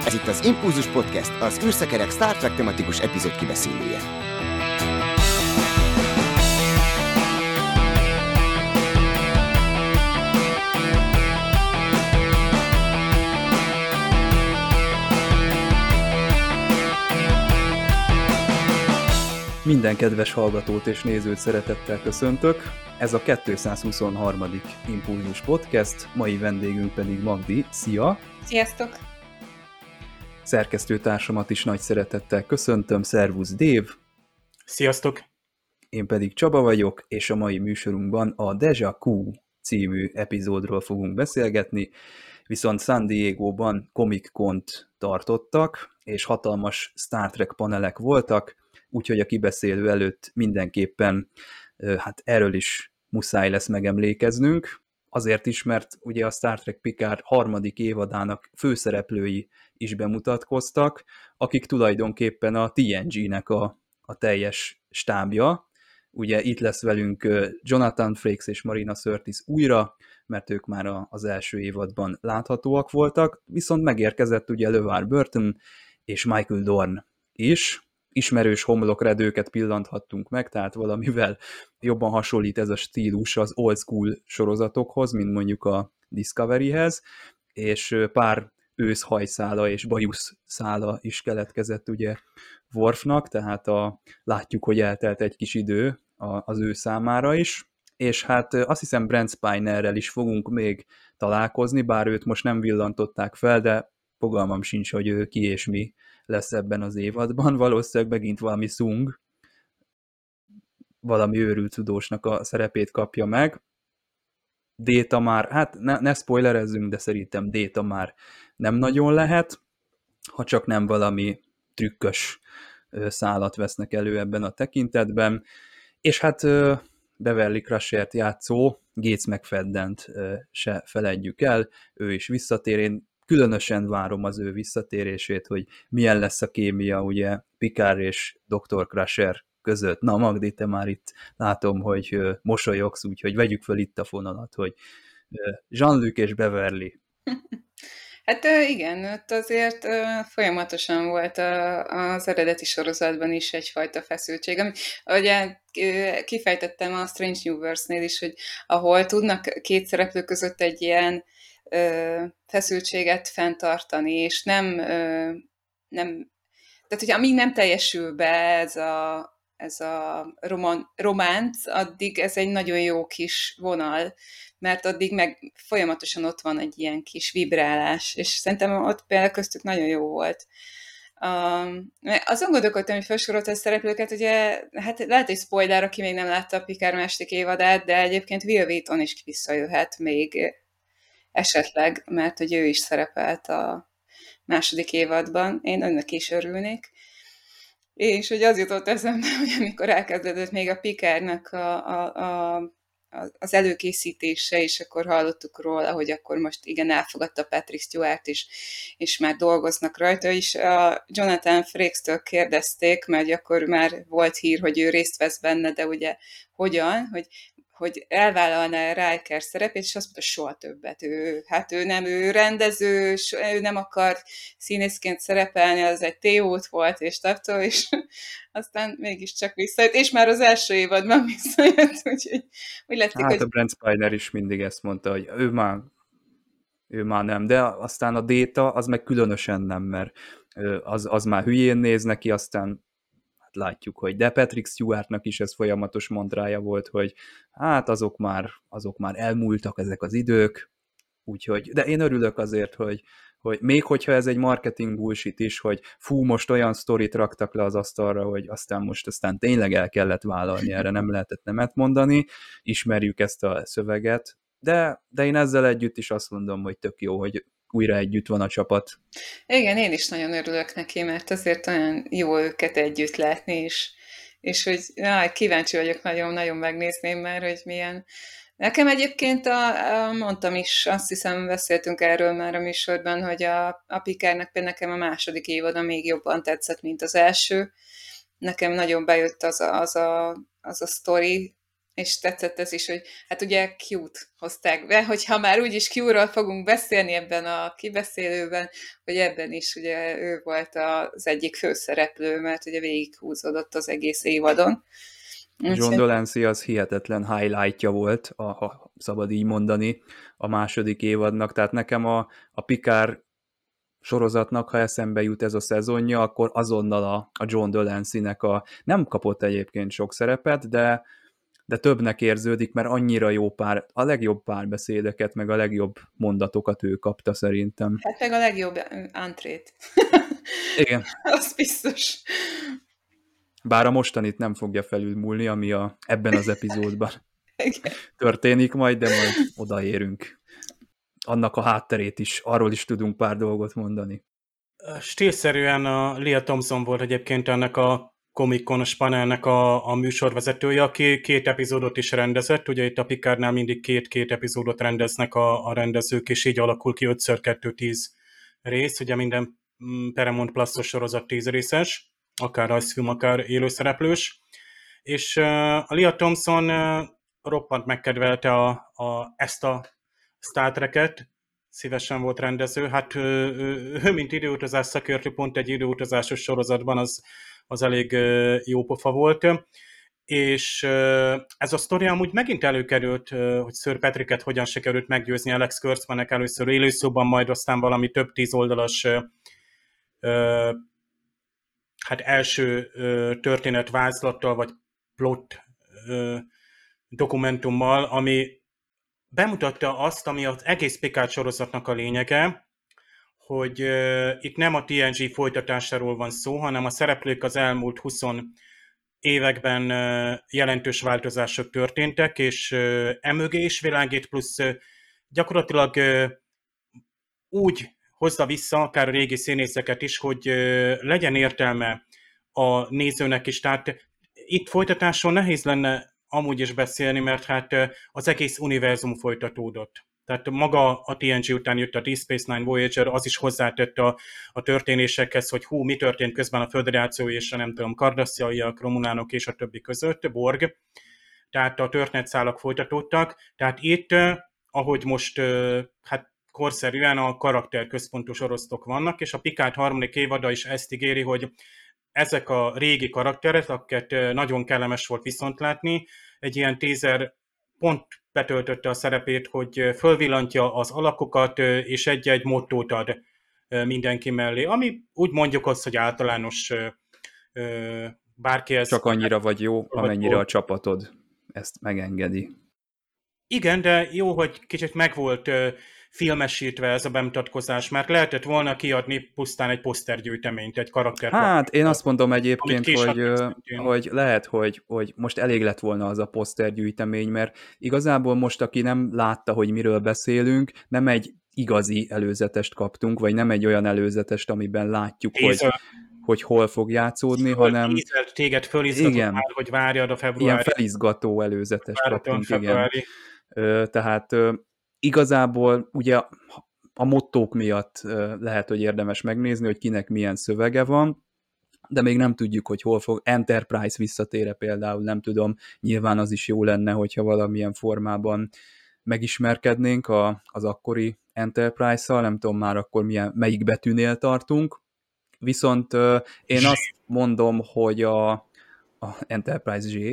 Ez itt az Impulzus Podcast, az űrszekerek Star Trek tematikus epizód kibeszélője. Minden kedves hallgatót és nézőt szeretettel köszöntök. Ez a 223. Impulzus Podcast, mai vendégünk pedig Magdi. Szia! Sziasztok! Szerkesztőtársamat is nagy szeretettel köszöntöm, szervusz Dév! Sziasztok! Én pedig Csaba vagyok, és a mai műsorunkban a Deja Vu című epizódról fogunk beszélgetni, viszont San Diegóban Comic-Cont tartottak, és hatalmas Star Trek panelek voltak, úgyhogy a kibeszélő előtt mindenképpen erről is muszáj lesz megemlékeznünk. Azért is, mert ugye a Star Trek Picard harmadik évadának főszereplői is bemutatkoztak, akik tulajdonképpen a TNG-nek a teljes stábja. Ugye itt lesz velünk Jonathan Frakes és Marina Sirtis újra, mert ők már az első évadban láthatóak voltak, viszont megérkezett ugye LeVar Burton és Michael Dorn is. Ismerős homlokredőket pillanthattunk meg, tehát valamivel jobban hasonlít ez a stílus az old school sorozatokhoz, mint mondjuk a Discoveryhez, és pár őszhajszála és bajuszszála is keletkezett ugye Worfnak, tehát látjuk, hogy eltelt egy kis idő az ő számára is, és hát azt hiszem Brent Spinerrel is fogunk még találkozni, bár őt most nem villantották fel, de fogalmam sincs, hogy ő ki és mi lesz ebben az évadban. Valószínűleg megint valami Szung, valami őrült tudósnak a szerepét kapja meg. Déta már, hát ne spoilerezzünk, de szerintem Déta már nem nagyon lehet, ha csak nem valami trükkös szálat vesznek elő ebben a tekintetben. És hát Beverly Crusher-t játszó Gates McFaddent se feledjük el, ő is visszatér. Én különösen várom az ő visszatérését, hogy milyen lesz a kémia ugye Picard és Dr. Crusher között. Na Magdi, te már itt látom, hogy mosolyogsz, úgyhogy vegyük fel itt a fonalat, hogy Jean-Luc és Beverly. Hát igen, ott azért folyamatosan volt az eredeti sorozatban is egyfajta feszültség. Ugye kifejtettem a Strange New Worlds-nél is, hogy ahol tudnak két szereplő között egy ilyen feszültséget fenntartani, és nem tehát, hogy amíg nem teljesül be ez a románc, addig ez egy nagyon jó kis vonal, mert addig meg folyamatosan ott van egy ilyen kis vibrálás, és szerintem ott például köztük nagyon jó volt. Azon gondolkodtam, hogy felsorolt a szereplőket, ugye, hát lehet, hogy spoiler, aki még nem látta a Picard második évadát, de egyébként Will Wheaton is visszajöhet még esetleg, mert hogy ő is szerepelt a második évadban. Én önnek is örülnék. És hogy az jutott eszembe, hogy amikor elkezdődött még a Picardnak az előkészítése, és akkor hallottuk róla, hogy akkor most igen, elfogadta Patrick Stewart is, és már dolgoznak rajta, és a Jonathan Frakes-től kérdezték, mert akkor már volt hír, hogy ő részt vesz benne, de ugye hogyan, hogy elvállalná Riker szerepét, és azt mondta, soha többet. Ő rendező, ő nem akar színészként szerepelni, az egy tévút volt, és tartó, és aztán mégiscsak visszajött, és már az első évadban visszajött, úgyhogy úgy lették, hát a Brent Spiner is mindig ezt mondta, hogy ő már nem, de aztán a Déta az meg különösen nem, mert az már hülyén néz neki, aztán látjuk, hogy de Patrick Stewartnak is ez folyamatos mantrája volt, hogy hát azok már elmúltak ezek az idők, úgyhogy, de én örülök azért, hogy még hogyha ez egy marketing bullshit is, hogy most olyan sztorit raktak le az asztalra, hogy aztán tényleg el kellett vállalni, erre nem lehetett nemet mondani, ismerjük ezt a szöveget, de én ezzel együtt is azt mondom, hogy tök jó, hogy újra együtt van a csapat. Igen, én is nagyon örülök neki, mert azért olyan jó őket együtt látni, és hogy kíváncsi vagyok nagyon-nagyon megnézném már, hogy milyen. Nekem egyébként mondtam is, azt hiszem beszéltünk erről már a műsorban, hogy a Picardnak például nekem a második évada még jobban tetszett, mint az első. Nekem nagyon bejött az a sztori, és tetszett ez is, hogy hát ugye Q-t hozták be, hogyha már úgyis Q-ról fogunk beszélni ebben a kibeszélőben, hogy ebben is ugye ő volt az egyik főszereplő, mert ugye végighúzódott az egész évadon. John Delancey az hihetetlen highlightja volt, ha szabad így mondani, a második évadnak, tehát nekem a Picard sorozatnak, ha eszembe jut ez a szezonja, akkor azonnal a John Delancey-nek nem kapott egyébként sok szerepet, de többnek érződik, mert annyira jó a legjobb párbeszédeket, meg a legjobb mondatokat ő kapta szerintem. Hát meg a legjobb antrét. Igen. Az biztos. Bár a mostanit nem fogja felülmúlni, ami ebben az epizódban történik majd, de majd odaérünk. Annak a hátterét is, arról is tudunk pár dolgot mondani. Stílszerűen a Leah Thompson volt egyébként ennek a Comic-Con panelnek a műsorvezetője, aki 2 epizódot is rendezett. Ugye itt a Picardnál mindig 2 epizódot rendeznek a rendezők, és így alakul ki 5x2-10 rész. Ugye minden Paramount Plus-os sorozat 10 részes, akár rajzfilm, akár élőszereplős. És a Leah Thompson roppant megkedvelte ezt a Star Trek-et, szívesen volt rendező. Hát ő mint időutazás szakértő, pont egy időutazásos sorozatban az elég jó pofa volt. És ez a sztori amúgy megint előkerült, hogy Sir Patricket hogyan sikerült meggyőzni Alex Kurtzmannek először élőszóban, majd aztán valami több 10 oldalas hát első történetvázlattal, vagy plot dokumentummal, ami bemutatta azt, ami az egész Picard sorozatnak a lényege, hogy itt nem a TNG folytatásáról van szó, hanem a szereplők az elmúlt 20 években jelentős változások történtek, és emögé is világít, plusz gyakorlatilag úgy hozza vissza akár a régi színészeket is, hogy legyen értelme a nézőnek is. Tehát itt folytatásról nehéz lenne amúgy is beszélni, mert hát az egész univerzum folytatódott. Tehát maga a TNG után jött a Deep Space Nine Voyager, az is hozzátett a történésekhez, hogy mi történt közben a Föderáció és a nem tudom, kardassziaiak, romulánok és a többi között, Borg. Tehát a történetszálak folytatódtak. Tehát itt, ahogy most hát korszerűen a karakterközpontú sorozatok vannak, és a Picard 3. évada is ezt ígéri, hogy ezek a régi karakterek, akiket nagyon kellemes volt viszont látni, egy ilyen teaser pont betöltötte a szerepét, hogy fölvillantja az alakokat, és egy-egy mottót ad mindenki mellé, ami úgy mondjuk azt, hogy általános bárki ez... Csak annyira vagy jó, amennyire a csapatod ezt megengedi. Igen, de jó, hogy kicsit megvolt filmesítve ez a bemutatkozás, mert lehetett volna kiadni pusztán egy posztergyűjteményt, egy karakter. Hát én azt mondom egyébként, hogy lehet, hogy most elég lett volna az a posztergyűjtemény, mert igazából most, aki nem látta, hogy miről beszélünk, nem egy igazi előzetest kaptunk, vagy nem egy olyan előzetest, amiben látjuk, hogy hol fog játszódni, hanem... Téged fölizgatott már, hogy várjad a februári... Ilyen felizgató előzetest kaptunk, igen. Tehát igazából ugye a mottók miatt lehet, hogy érdemes megnézni, hogy kinek milyen szövege van, de még nem tudjuk, hogy hol fog. Enterprise visszatére például, nem tudom, nyilván az is jó lenne, hogyha valamilyen formában megismerkednénk az akkori Enterprise-szal, nem tudom már akkor melyik betűnél tartunk, viszont én azt mondom, hogy a Enterprise Z,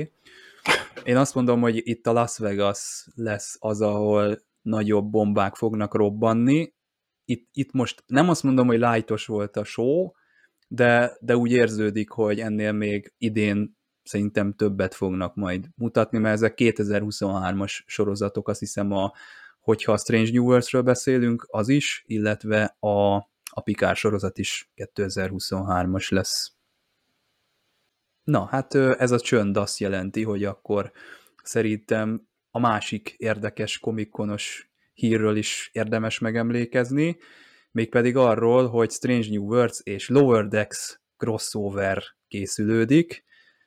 én azt mondom, hogy itt a Las Vegas lesz az, ahol nagyobb bombák fognak robbanni. Itt most nem azt mondom, hogy lightos volt a show, de úgy érződik, hogy ennél még idén szerintem többet fognak majd mutatni, mert ezek 2023-as sorozatok, azt hiszem, hogyha a Strange New Worlds-ről beszélünk, az is, illetve a Picard sorozat is 2023-as lesz. Na, hát ez a csönd azt jelenti, hogy akkor szerintem a másik érdekes komikkonos hírről is érdemes megemlékezni, mégpedig arról, hogy Strange New Worlds és Lower Decks crossover készülődik.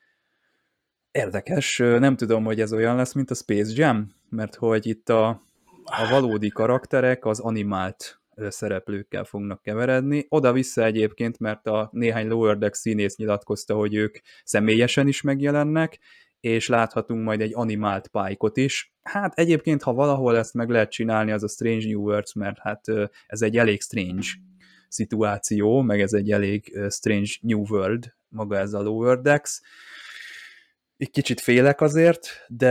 Érdekes, nem tudom, hogy ez olyan lesz, mint a Space Jam, mert hogy itt a valódi karakterek az animált szereplőkkel fognak keveredni. Oda-vissza egyébként, mert a néhány Lower Decks színész nyilatkozta, hogy ők személyesen is megjelennek, és láthatunk majd egy animált Pike-ot is. Hát egyébként, ha valahol ezt meg lehet csinálni, az a Strange New Worlds, mert hát ez egy elég strange szituáció, meg ez egy elég Strange New World, maga ez a Lower Decks. Egy kicsit félek azért,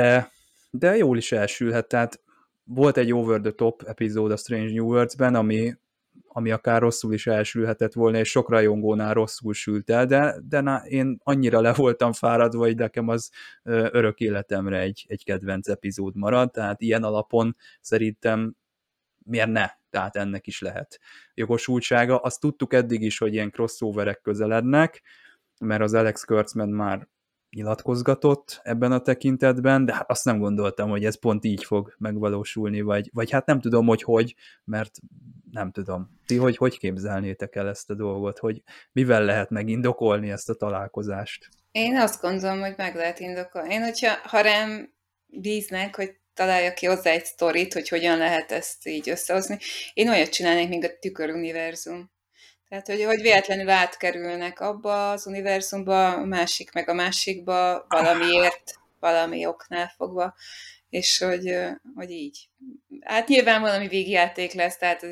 de jól is elsülhet, tehát volt egy over the top epizód a Strange New Worlds-ben, ami akár rosszul is elsülhetett volna, és sok rajongónál rosszul sült el, de én annyira le voltam fáradva, hogy nekem az örök életemre egy kedvenc epizód marad, tehát ilyen alapon szerintem miért ne? Tehát ennek is lehet jogosultsága. Azt tudtuk eddig is, hogy ilyen crossoverek közelednek, mert az Alex Kurtzman már nyilatkozgatott ebben a tekintetben, de hát azt nem gondoltam, hogy ez pont így fog megvalósulni, vagy hát nem tudom, hogy, mert nem tudom. Ti hogy képzelnétek el ezt a dolgot, hogy mivel lehet megindokolni ezt a találkozást? Én azt gondolom, hogy meg lehet indokolni. Én, ha rám bíznek, hogy találja ki hozzá egy sztorit, hogy hogyan lehet ezt így összehozni, én olyat csinálnék, mint a tüköruniverzum. Tehát, hogy véletlenül átkerülnek abba az univerzumba, a másik meg a másikba, valamiért, valami oknál fogva, és hogy így. Hát nyilván valami végjáték lesz, tehát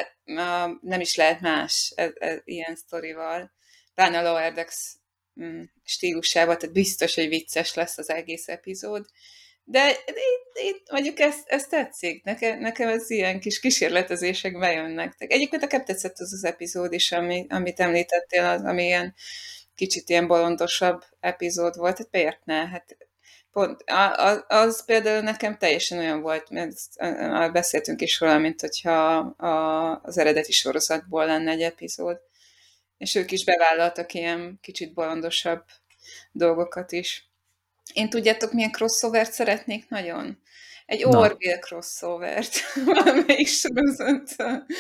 nem is lehet más ilyen sztorival. Pláne a Lower Decks stílusában, tehát biztos, hogy vicces lesz az egész epizód. De itt mondjuk ezt tetszik. Nekem ez ilyen kis kísérletezések bejönnek. Egyébként nekem tetszett az epizód is, amit említettél, ami ilyen kicsit ilyen bolondosabb epizód volt. Hát miért ne? Hát pont, az például nekem teljesen olyan volt, mert beszéltünk is róla, mint hogyha az eredeti sorozatból lenne egy epizód. És ők is bevállaltak ilyen kicsit bolondosabb dolgokat is. Én tudjátok, milyen crossovert szeretnék nagyon? Egy Orville crossovert. Valamelyik sorozat.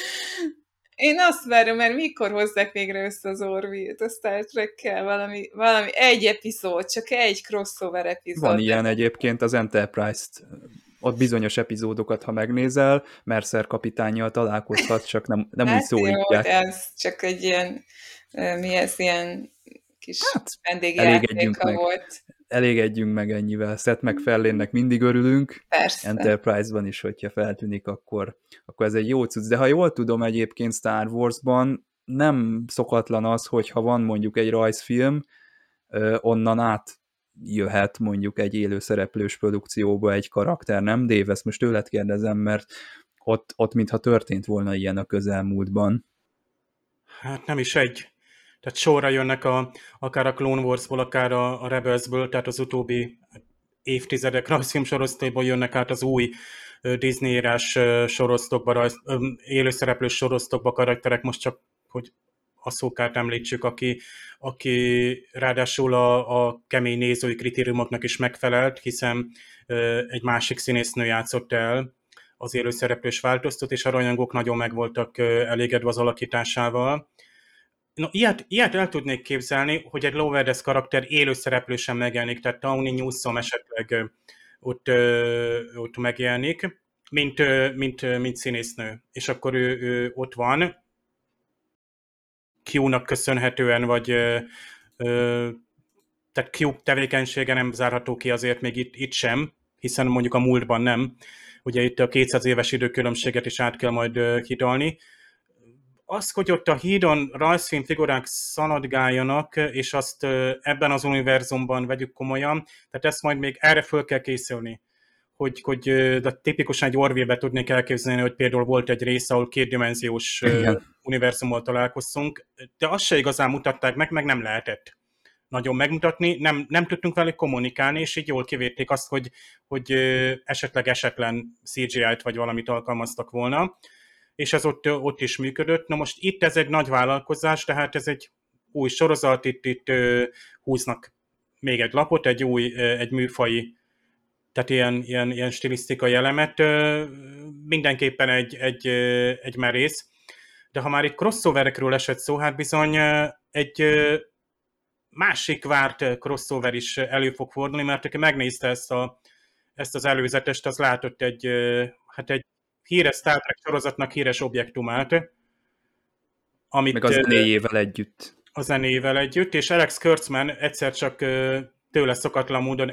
Én azt várom, mert mikor hozzák végre össze az Orville-t a Star Trek-kel? Valami egy epizód, csak egy crossover epizód. Van ilyen egyébként az Enterprise-t. Ott bizonyos epizódokat, ha megnézel, Mercer kapitánnyal találkozhat, csak nem hát úgy szólítják. Hát ez csak egy ilyen, mi ez, ilyen kis vendégjátéka volt. Elégedjünk meg ennyivel. Seth MacFarlane-nek mindig örülünk. Persze. Enterprise-ban is, hogyha feltűnik, akkor ez egy jó cucc. De ha jól tudom, egyébként Star Wars-ban nem szokatlan az, hogyha van mondjuk egy rajzfilm, onnan átjöhet mondjuk egy élőszereplős produkcióba egy karakter, nem? Dave, ezt most tőled kérdezem, mert ott mintha történt volna ilyen a közelmúltban. Hát nem is egy. Tehát sorra jönnek akár a Clone Warsból, akár a Rebelsből, tehát az utóbbi évtizedek rajzfilmsorosztaiból jönnek át az új Disney-írás sorozatokba, élőszereplős sorozatokba karakterek, most csak, hogy Ahsokát említsük, aki ráadásul a kemény nézői kritériumoknak is megfelelt, hiszen egy másik színésznő játszott el az élőszereplős változtat, és a rajongók nagyon meg voltak elégedve az alakításával. No, ilyet el tudnék képzelni, hogy egy Lower Decks karakter élőszereplősen megjelenik, tehát Tawny Newsom esetleg ott megjelenik, mint színésznő. És akkor ő ott van, Q-nak köszönhetően, vagy tehát Q tevékenysége nem zárható ki azért még itt sem, hiszen mondjuk a múltban nem. Ugye itt a 200 éves időkülönbséget is át kell majd hidalni. Az, hogy ott a hídon rajzfilm figurák szaladgáljanak, és azt ebben az univerzumban vegyük komolyan, tehát ezt majd még erre föl kell készülni. Hogy de tipikusan egy Orville-be tudnék elképzelni, hogy például volt egy rész, ahol kétdimenziós univerzummal találkoztunk, de azt se igazán mutatták meg nem lehetett nagyon megmutatni, nem tudtunk velük kommunikálni, és így jól kivédték azt, hogy esetleg esetlen CGI-t vagy valamit alkalmaztak volna, és ez ott is működött. Na most itt ez egy nagy vállalkozás, tehát ez egy új sorozat, itt húznak még egy lapot, egy műfaji, tehát ilyen stilisztikai elemet, mindenképpen egy merész. De ha már itt crossoverekről esett szó, hát bizony egy másik várt crossover is elő fog fordulni, mert aki megnézte ezt az előzetest, az látott egy híres Star Trek sorozatnak híres objektumát. Amit, meg a zenéjével együtt. A zenéjével együtt, és Alex Kurtzman egyszer csak tőle szokatlan módon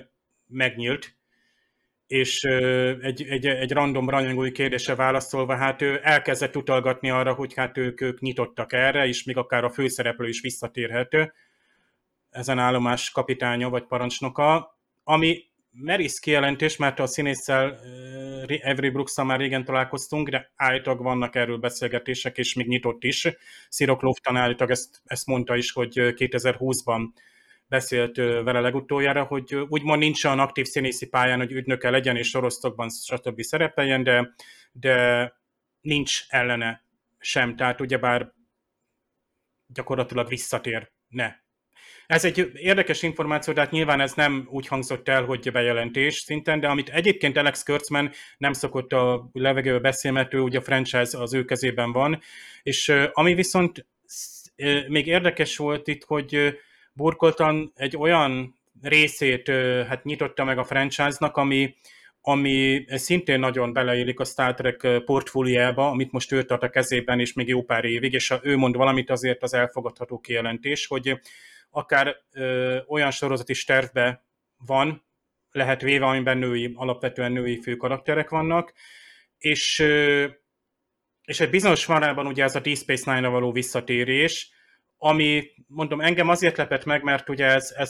megnyílt, és egy random rajongói kérdésre válaszolva, hát ő elkezdett utalgatni arra, hogy hát ők nyitottak erre, és még akár a főszereplő is visszatérhető, ezen állomás kapitánya vagy parancsnoka, ami merész kijelentés, mert a színésszel Avery Brooks-szal már régen találkoztunk, de állítólag vannak erről beszélgetések, és még nyitott is. Cyril Lofton állítólag ezt mondta is, hogy 2020-ban beszélt vele legutoljára, hogy úgymond nincs olyan aktív színészi pályán, hogy ügynöke legyen, és sorozatokban stb. Szerepeljen, de nincs ellene sem, tehát ugyebár gyakorlatilag visszatérne. Ez egy érdekes információ, de hát nyilván ez nem úgy hangzott el, hogy bejelentés szinten, de amit egyébként Alex Kurtzman nem szokott a levegőbe beszélni, mert ő ugye a franchise az ő kezében van, és ami viszont még érdekes volt itt, hogy burkoltan egy olyan részét hát nyitotta meg a franchise-nak, ami szintén nagyon beleillik a Star Trek portfóliába, amit most ő tart a kezében, és még jó pár évig, és ha ő mond valamit, azért az elfogadható kijelentés, hogy akár olyan sorozat is tervbe van, lehet véve, amiben alapvetően női főkarakterek vannak, és egy bizonyos vonalban ugye ez a Deep Space Nine-ra való visszatérés, ami, mondom, engem azért lepett meg, mert ugye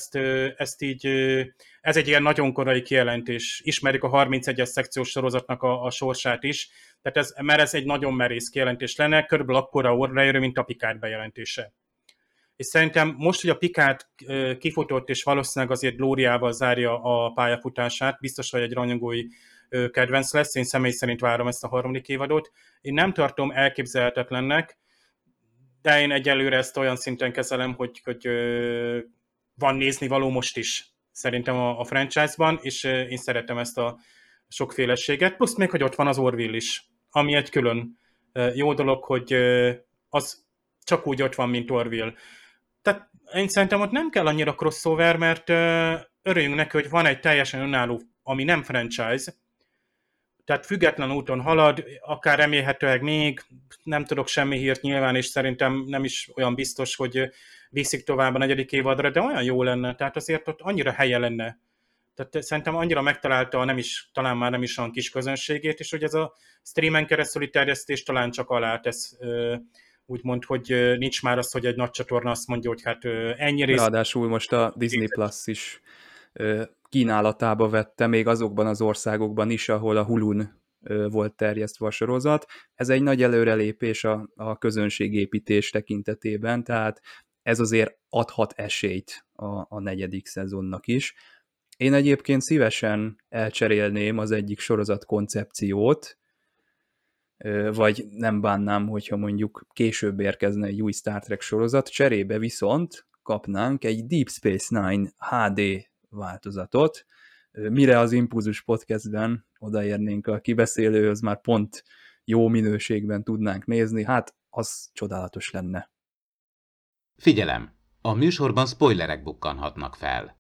ez egy ilyen nagyon korai kijelentés. Ismerik a 31-es szekciós sorozatnak a sorsát is, tehát mert ez egy nagyon merész kijelentés lenne, körülbelül akkora orráérő, mint a Picard bejelentése. És szerintem most, hogy a Picard kifutott, és valószínűleg azért glóriával zárja a pályafutását, biztos, hogy egy rajongói kedvenc lesz, én személy szerint várom ezt a 3. évadot. Én nem tartom elképzelhetetlennek, de én egyelőre ezt olyan szinten kezelem, hogy van néznivaló most is szerintem a franchise-ban, és én szeretem ezt a sokféleséget, plusz még, hogy ott van az Orville is, ami egy külön jó dolog, hogy az csak úgy ott van, mint Orville. Tehát én szerintem ott nem kell annyira crossover, mert örüljünk neki, hogy van egy teljesen önálló, ami nem franchise, tehát független úton halad, akár remélhetőleg még, nem tudok semmi hírt nyilván, és szerintem nem is olyan biztos, hogy viszik tovább a 4. évadra, de olyan jó lenne, tehát azért ott annyira helye lenne. Tehát szerintem annyira megtalálta talán már nem is olyan kis közönségét, és hogy ez a streamen keresztüli terjesztés talán csak alá tesz, úgymond, hogy nincs már az, hogy egy nagy csatorna azt mondja, hogy hát ennyi rész... Ráadásul most a Disney Plus is kínálatába vette, még azokban az országokban is, ahol a Hulun volt terjesztve a sorozat. Ez egy nagy előrelépés a közönségépítés tekintetében, tehát ez azért adhat esélyt a 4. szezonnak is. Én egyébként szívesen elcserélném az egyik sorozat koncepciót, vagy nem bánnám, hogyha mondjuk később érkezne egy új Star Trek sorozat, cserébe viszont kapnánk egy Deep Space Nine HD változatot. Mire az Impulzus podcastben odaérnénk a kibeszélőhöz, már pont jó minőségben tudnánk nézni, hát az csodálatos lenne. Figyelem! A műsorban spoilerek bukkanhatnak fel.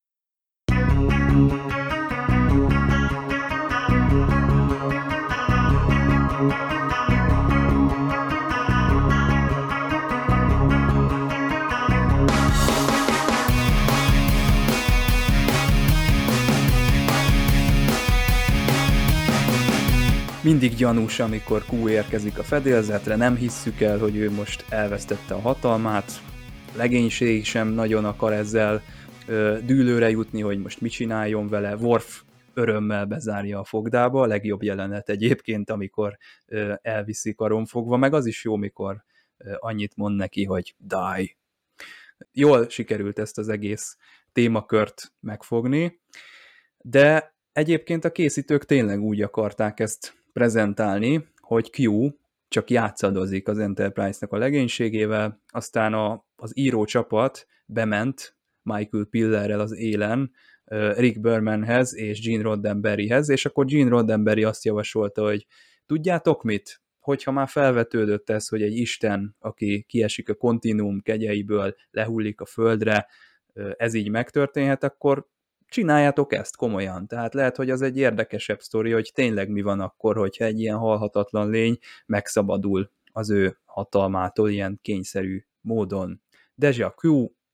Mindig gyanús, amikor Q érkezik a fedélzetre, nem hisszük el, hogy ő most elvesztette a hatalmát, legénység sem nagyon akar ezzel dűlőre jutni, hogy most mit csináljon vele, Worf örömmel bezárja a fogdába, a legjobb jelenet egyébként, amikor elviszi karonfogva, meg az is jó, mikor annyit mond neki, hogy die. Jól sikerült ezt az egész témakört megfogni, de egyébként a készítők tényleg úgy akarták ezt prezentálni, hogy Q csak játszadozik az Enterprise-nak a legénységével, aztán az írócsapat bement Michael Pillerrel az élen Rick Bermanhez és Gene Roddenberryhez, és akkor Gene Roddenberry azt javasolta, hogy tudjátok mit? Hogyha már felvetődött ez, hogy egy isten, aki kiesik a kontinuum kegyeiből, lehullik a földre, ez így megtörténhet, akkor csináljátok ezt komolyan. Tehát lehet, hogy az egy érdekesebb sztori, hogy tényleg mi van akkor, hogyha egy ilyen halhatatlan lény megszabadul az ő hatalmától ilyen kényszerű módon. Deja Q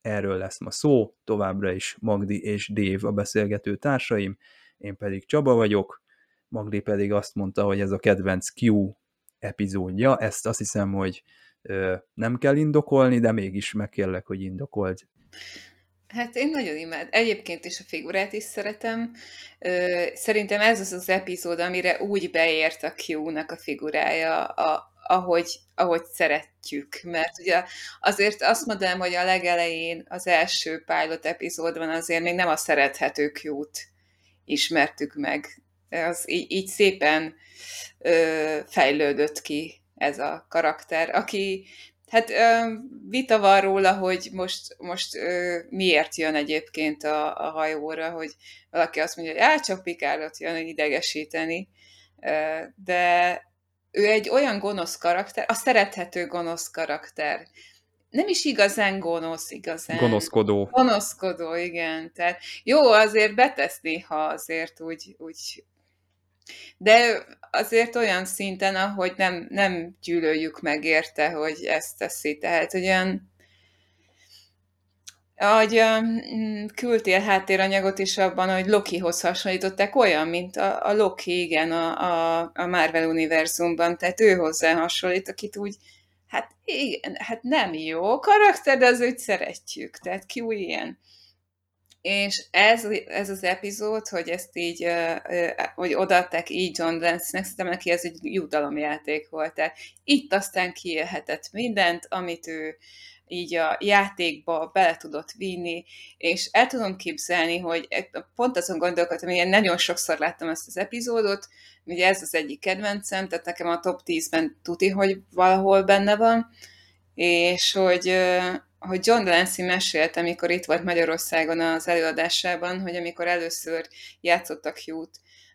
Erről lesz ma szó, továbbra is Magdi és Dave a beszélgető társaim, én pedig Csaba vagyok, Magdi pedig azt mondta, hogy ez a kedvenc Q epizódja, ezt azt hiszem, hogy nem kell indokolni, de mégis megkérlek, hogy indokold. Hát én nagyon imád. Egyébként is a figurát is szeretem. Szerintem ez az az epizód, amire úgy beért a Q-nak a figurája, ahogy szeretjük. Mert ugye azért azt mondanám, hogy a legelején az első pilot epizódban azért még nem a szerethető Q-t ismertük meg. Az így szépen fejlődött ki ez a karakter, aki hát vita van róla, hogy most miért jön egyébként a hajóra, hogy valaki azt mondja, hogy csak Picardot jön idegesíteni, de ő egy olyan gonosz karakter, a szerethető gonosz karakter. Nem is igazán gonosz, igazán. Gonoszkodó. Gonoszkodó, igen. Tehát jó azért betesz néha azért úgy de azért olyan szinten, ahogy nem gyűlöljük meg érte, hogy ezt teszi. Tehát olyan, ahogy küldtél háttéranyagot is abban, hogy Lokihoz hasonlították, olyan, mint a Loki, igen, a Marvel univerzumban. Tehát ő hozzá hasonlít, akit úgy, hát igen, hát nem jó karakter, de azért szeretjük. Tehát Q ilyen. És ez az epizód, hogy ezt így, hogy odaadták így John Dance-nek, szerintem neki ez egy jutalomjáték volt. Tehát itt aztán kiélhetett mindent, amit ő így a játékba bele tudott vinni, és el tudom képzelni, hogy pont azon gondolkodtam, hogy én nagyon sokszor láttam ezt az epizódot, ugye ez az egyik kedvencem, tehát nekem a top 10-ben tuti, hogy valahol benne van, és hogy John Delancey mesélt, amikor itt volt Magyarországon az előadásában, hogy amikor először játszottak Hugh-t,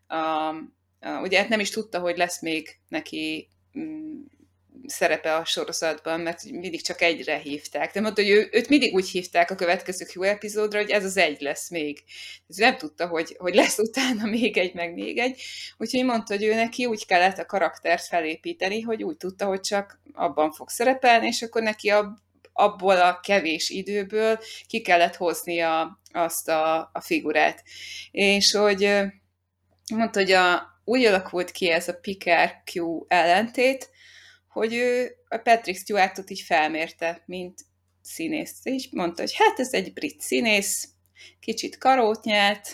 ugye hát nem is tudta, hogy lesz még neki szerepe a sorozatban, mert mindig csak egyre hívták. De mondta, hogy őt mindig úgy hívták a következő Hugh epizódra, hogy ez az egy lesz még. Ez nem tudta, hogy lesz utána még egy, meg még egy. Úgyhogy mondta, hogy ő neki úgy kellett a karaktert felépíteni, hogy úgy tudta, hogy csak abban fog szerepelni, és akkor neki abból a kevés időből ki kellett hoznia azt a figurát. És hogy mondta, hogy úgy alakult ki ez a Picard Q ellentét, hogy ő a Patrick Stewartot így felmérte, mint színész. És mondta, hogy hát ez egy brit színész, kicsit karót nyelt,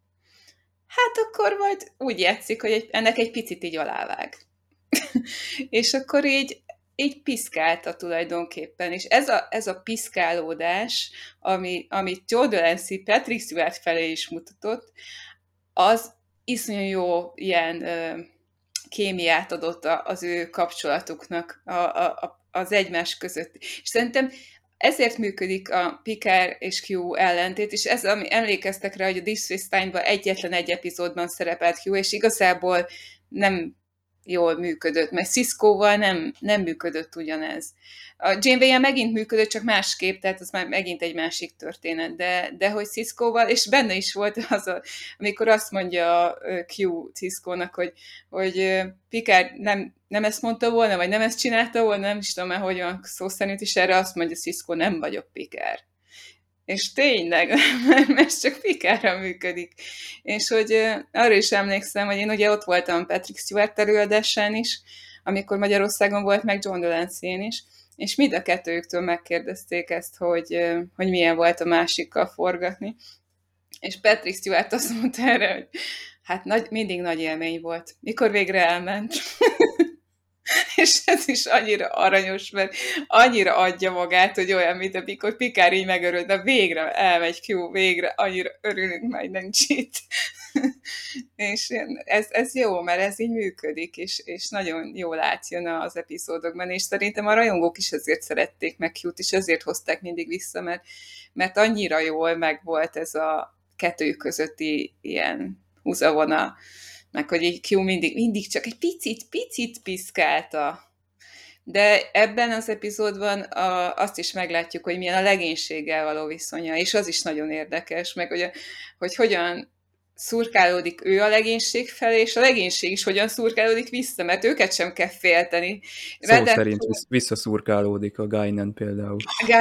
hát akkor majd úgy játszik, hogy ennek egy picit így alávág. És akkor így piszkálta tulajdonképpen, és ez a piszkálódás, amit Joe Delancey Patrick Stewart felé is mutatott, az iszonyú jó ilyen kémiát adott az ő kapcsolatuknak az egymás között. És szerintem ezért működik a Picard és Q ellentét, és ez, ami emlékeztek rá, hogy a Deep Space Nine-ban egyetlen egy epizódban szerepelt Q, és igazából nem jól működött, mert Cisco-val nem működött ugyanez. A Janeway-jel megint működött, csak másképp, tehát az már megint egy másik történet, de hogy Cisco-val, és benne is volt az, amikor azt mondja a Q Cisco-nak, hogy Picard nem ezt mondta volna, vagy nem ezt csinálta volna, nem is tudom már, hogy van szó szerint, és erre azt mondja Cisco, nem vagyok Picard. És tényleg, mert csak Picardra működik. És hogy arra is emlékszem, hogy én ugye ott voltam Patrick Stewart előadásán is, amikor Magyarországon volt, meg John Delancey-n is, és mind a kettőjüktől megkérdezték ezt, hogy milyen volt a másikkal forgatni. És Patrick Stewart azt mondta erre, hogy hát mindig nagy élmény volt. Mikor végre elment. És ez is annyira aranyos, mert annyira adja magát, hogy olyan, mint amikor Picard így megörül, de végre elmegy Q, végre annyira örülünk, majd nincs itt. És ez jó, mert ez így működik, és nagyon jól átjön az epizódokban, és szerintem a rajongók is ezért szerették meg Q-t, és ezért hozták mindig vissza, mert annyira jól megvolt ez a kettőjük közötti ilyen húzavona, meg hogy így Q mindig csak egy picit piszkálta. De ebben az epizódban azt is meglátjuk, hogy milyen a legénységgel való viszonya, és az is nagyon érdekes, meg hogy hogyan szurkálódik ő a legénység felé, és a legénység is hogyan szurkálódik vissza, mert őket sem kell félteni. Szó szerint visszaszurkálódik a Guinan például.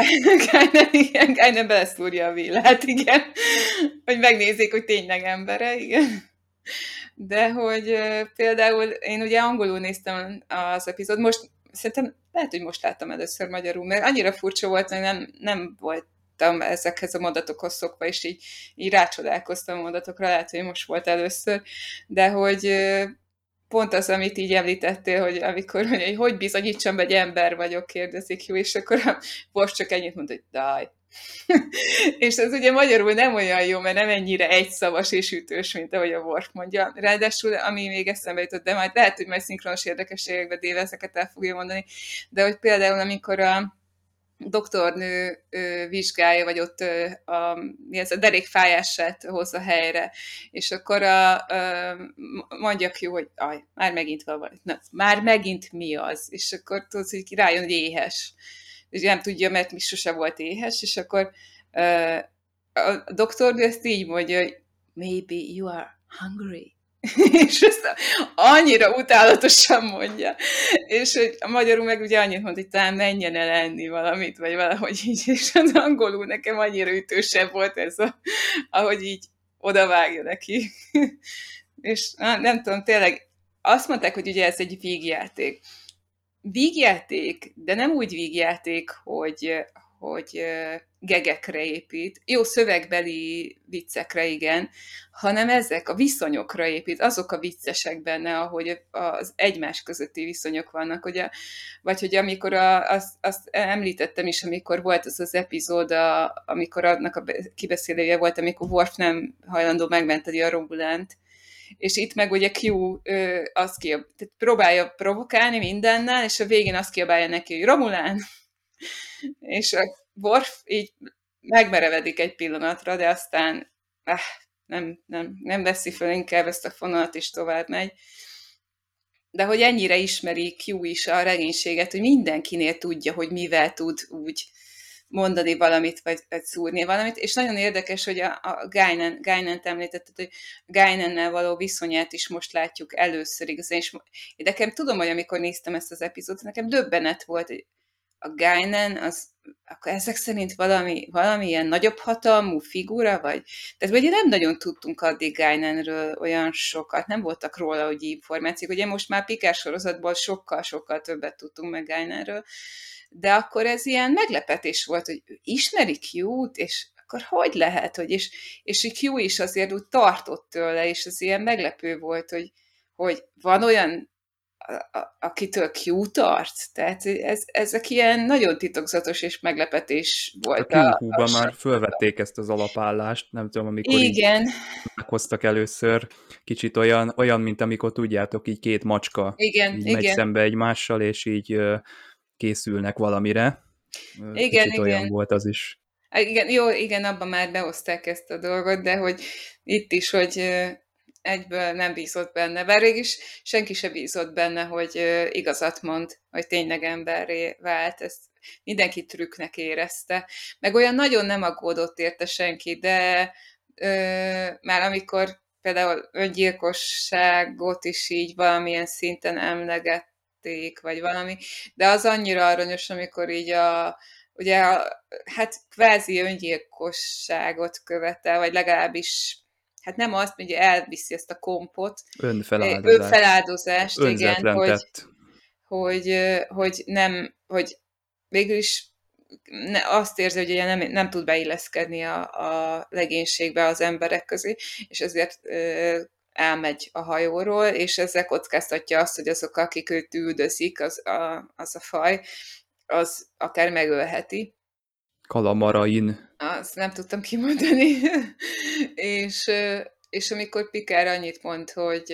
Guinan beleszúrja a villát, igen. Hogy megnézzék, hogy tényleg embere, igen. De hogy például én ugye angolul néztem az epizód, most szerintem lehet, hogy most láttam először magyarul, mert annyira furcsa volt, hogy nem voltam ezekhez a mondatokhoz szokva, és így rácsodálkoztam a mondatokra, lehet, hogy most volt először, de hogy pont az, amit így említettél, hogy amikor, hogy bizonyítsam, hogy ember vagyok, kérdezik jó, és akkor a Worf csak ennyit mond, hogy die. És ez ugye magyarul nem olyan jó, mert nem ennyire egyszavas és ütős, mint ahogy a Worf mondja. Ráadásul, ami még eszembe jutott, de majd lehet, hogy majd szinkronos érdekességekbe Déve ezeket el fogja mondani, de hogy például, amikor a doktornő vizsgálja, vagy ott a derékfájását hozza helyre, és akkor mondja ki, hogy már megint valami, már megint mi az? És akkor tudod, hogy rájön, hogy éhes. És nem tudja, mert mi sose volt éhes, és akkor a doktornő ezt így mondja, hogy maybe you are hungry. És ezt annyira utálatosan mondja. És hogy a magyarul meg ugye annyit mond, hogy talán menjen el enni valamit, vagy valahogy így, és az angolul nekem annyira ütősebb volt ez, ahogy így odavágja neki. És nem tudom, tényleg azt mondták, hogy ugye ez egy vígjáték. Vígjáték, de nem úgy vígjáték, hogy gegekre épít, jó szövegbeli viccekre, igen, hanem ezek a viszonyokra épít, azok a viccesek benne, ahogy az egymás közötti viszonyok vannak, vagy hogy amikor azt említettem is, amikor volt az epizód, amikor annak a kibeszélője volt, amikor Worf nem hajlandó megmenteni a Romulánt, és itt meg ugye Q tehát próbálja provokálni mindennel, és a végén azt kiabálja neki, hogy Romulán! És a Worf így megmerevedik egy pillanatra, de aztán nem veszi föl inkább ezt a fonalat, és tovább megy. De hogy ennyire ismeri Q is a regénységet, hogy mindenkinél tudja, hogy mivel tud úgy mondani valamit, vagy szúrni valamit, és nagyon érdekes, hogy a Guinant említetted, hogy a Guinannel való viszonyát is most látjuk először igazán, és nekem tudom, hogy amikor néztem ezt az epizódot, nekem döbbenet volt, hogy a Guinan az akkor ezek szerint valamilyen nagyobb hatalmú figura, vagy? Tehát ugye nem nagyon tudtunk addig Guinanről olyan sokat, nem voltak róla úgy információk, ugye most már Picard sorozatból sokkal-sokkal többet tudtunk meg Guinanről, de akkor ez ilyen meglepetés volt, hogy ő ismeri Q-t, és akkor hogy lehet, hogy és Q is azért úgy tartott tőle, és ez ilyen meglepő volt, hogy van olyan, akitől Q tart. Tehát ezek ilyen nagyon titokzatos és meglepetés volt. A Q-ban már fölvették ezt az alapállást, nem tudom, amikor igen. így meghoztak először, kicsit olyan, mint amikor tudjátok, így két macska így megy szembe egymással, és így készülnek valamire. Kicsit olyan volt az is. Igen, jó, igen, abban már behozták ezt a dolgot, de hogy itt is, hogy egyből nem bízott benne. Bár is senki sem bízott benne, hogy igazat mond, hogy tényleg emberré vált. Ezt mindenki trükknek érezte. Meg olyan nagyon nem aggódott érte senki, de már amikor például öngyilkosságot is így valamilyen szinten emlegették, vagy valami, de az annyira aranyos, amikor így hát kvázi öngyilkosságot követel, vagy legalábbis hát nem azt, hogy elviszi ezt a kompot. Önfeláldozást, igen, hogy nem, hogy végül is azt érzi, hogy ugye nem tud beilleszkedni a legénységbe az emberek közé, és ezért elmegy a hajóról, és ezzel kockáztatja azt, hogy azok, akik őt üldözik, az a faj, az akár megölheti. Kalamarain. Azt nem tudtam kimondani. és amikor Picard annyit mond, hogy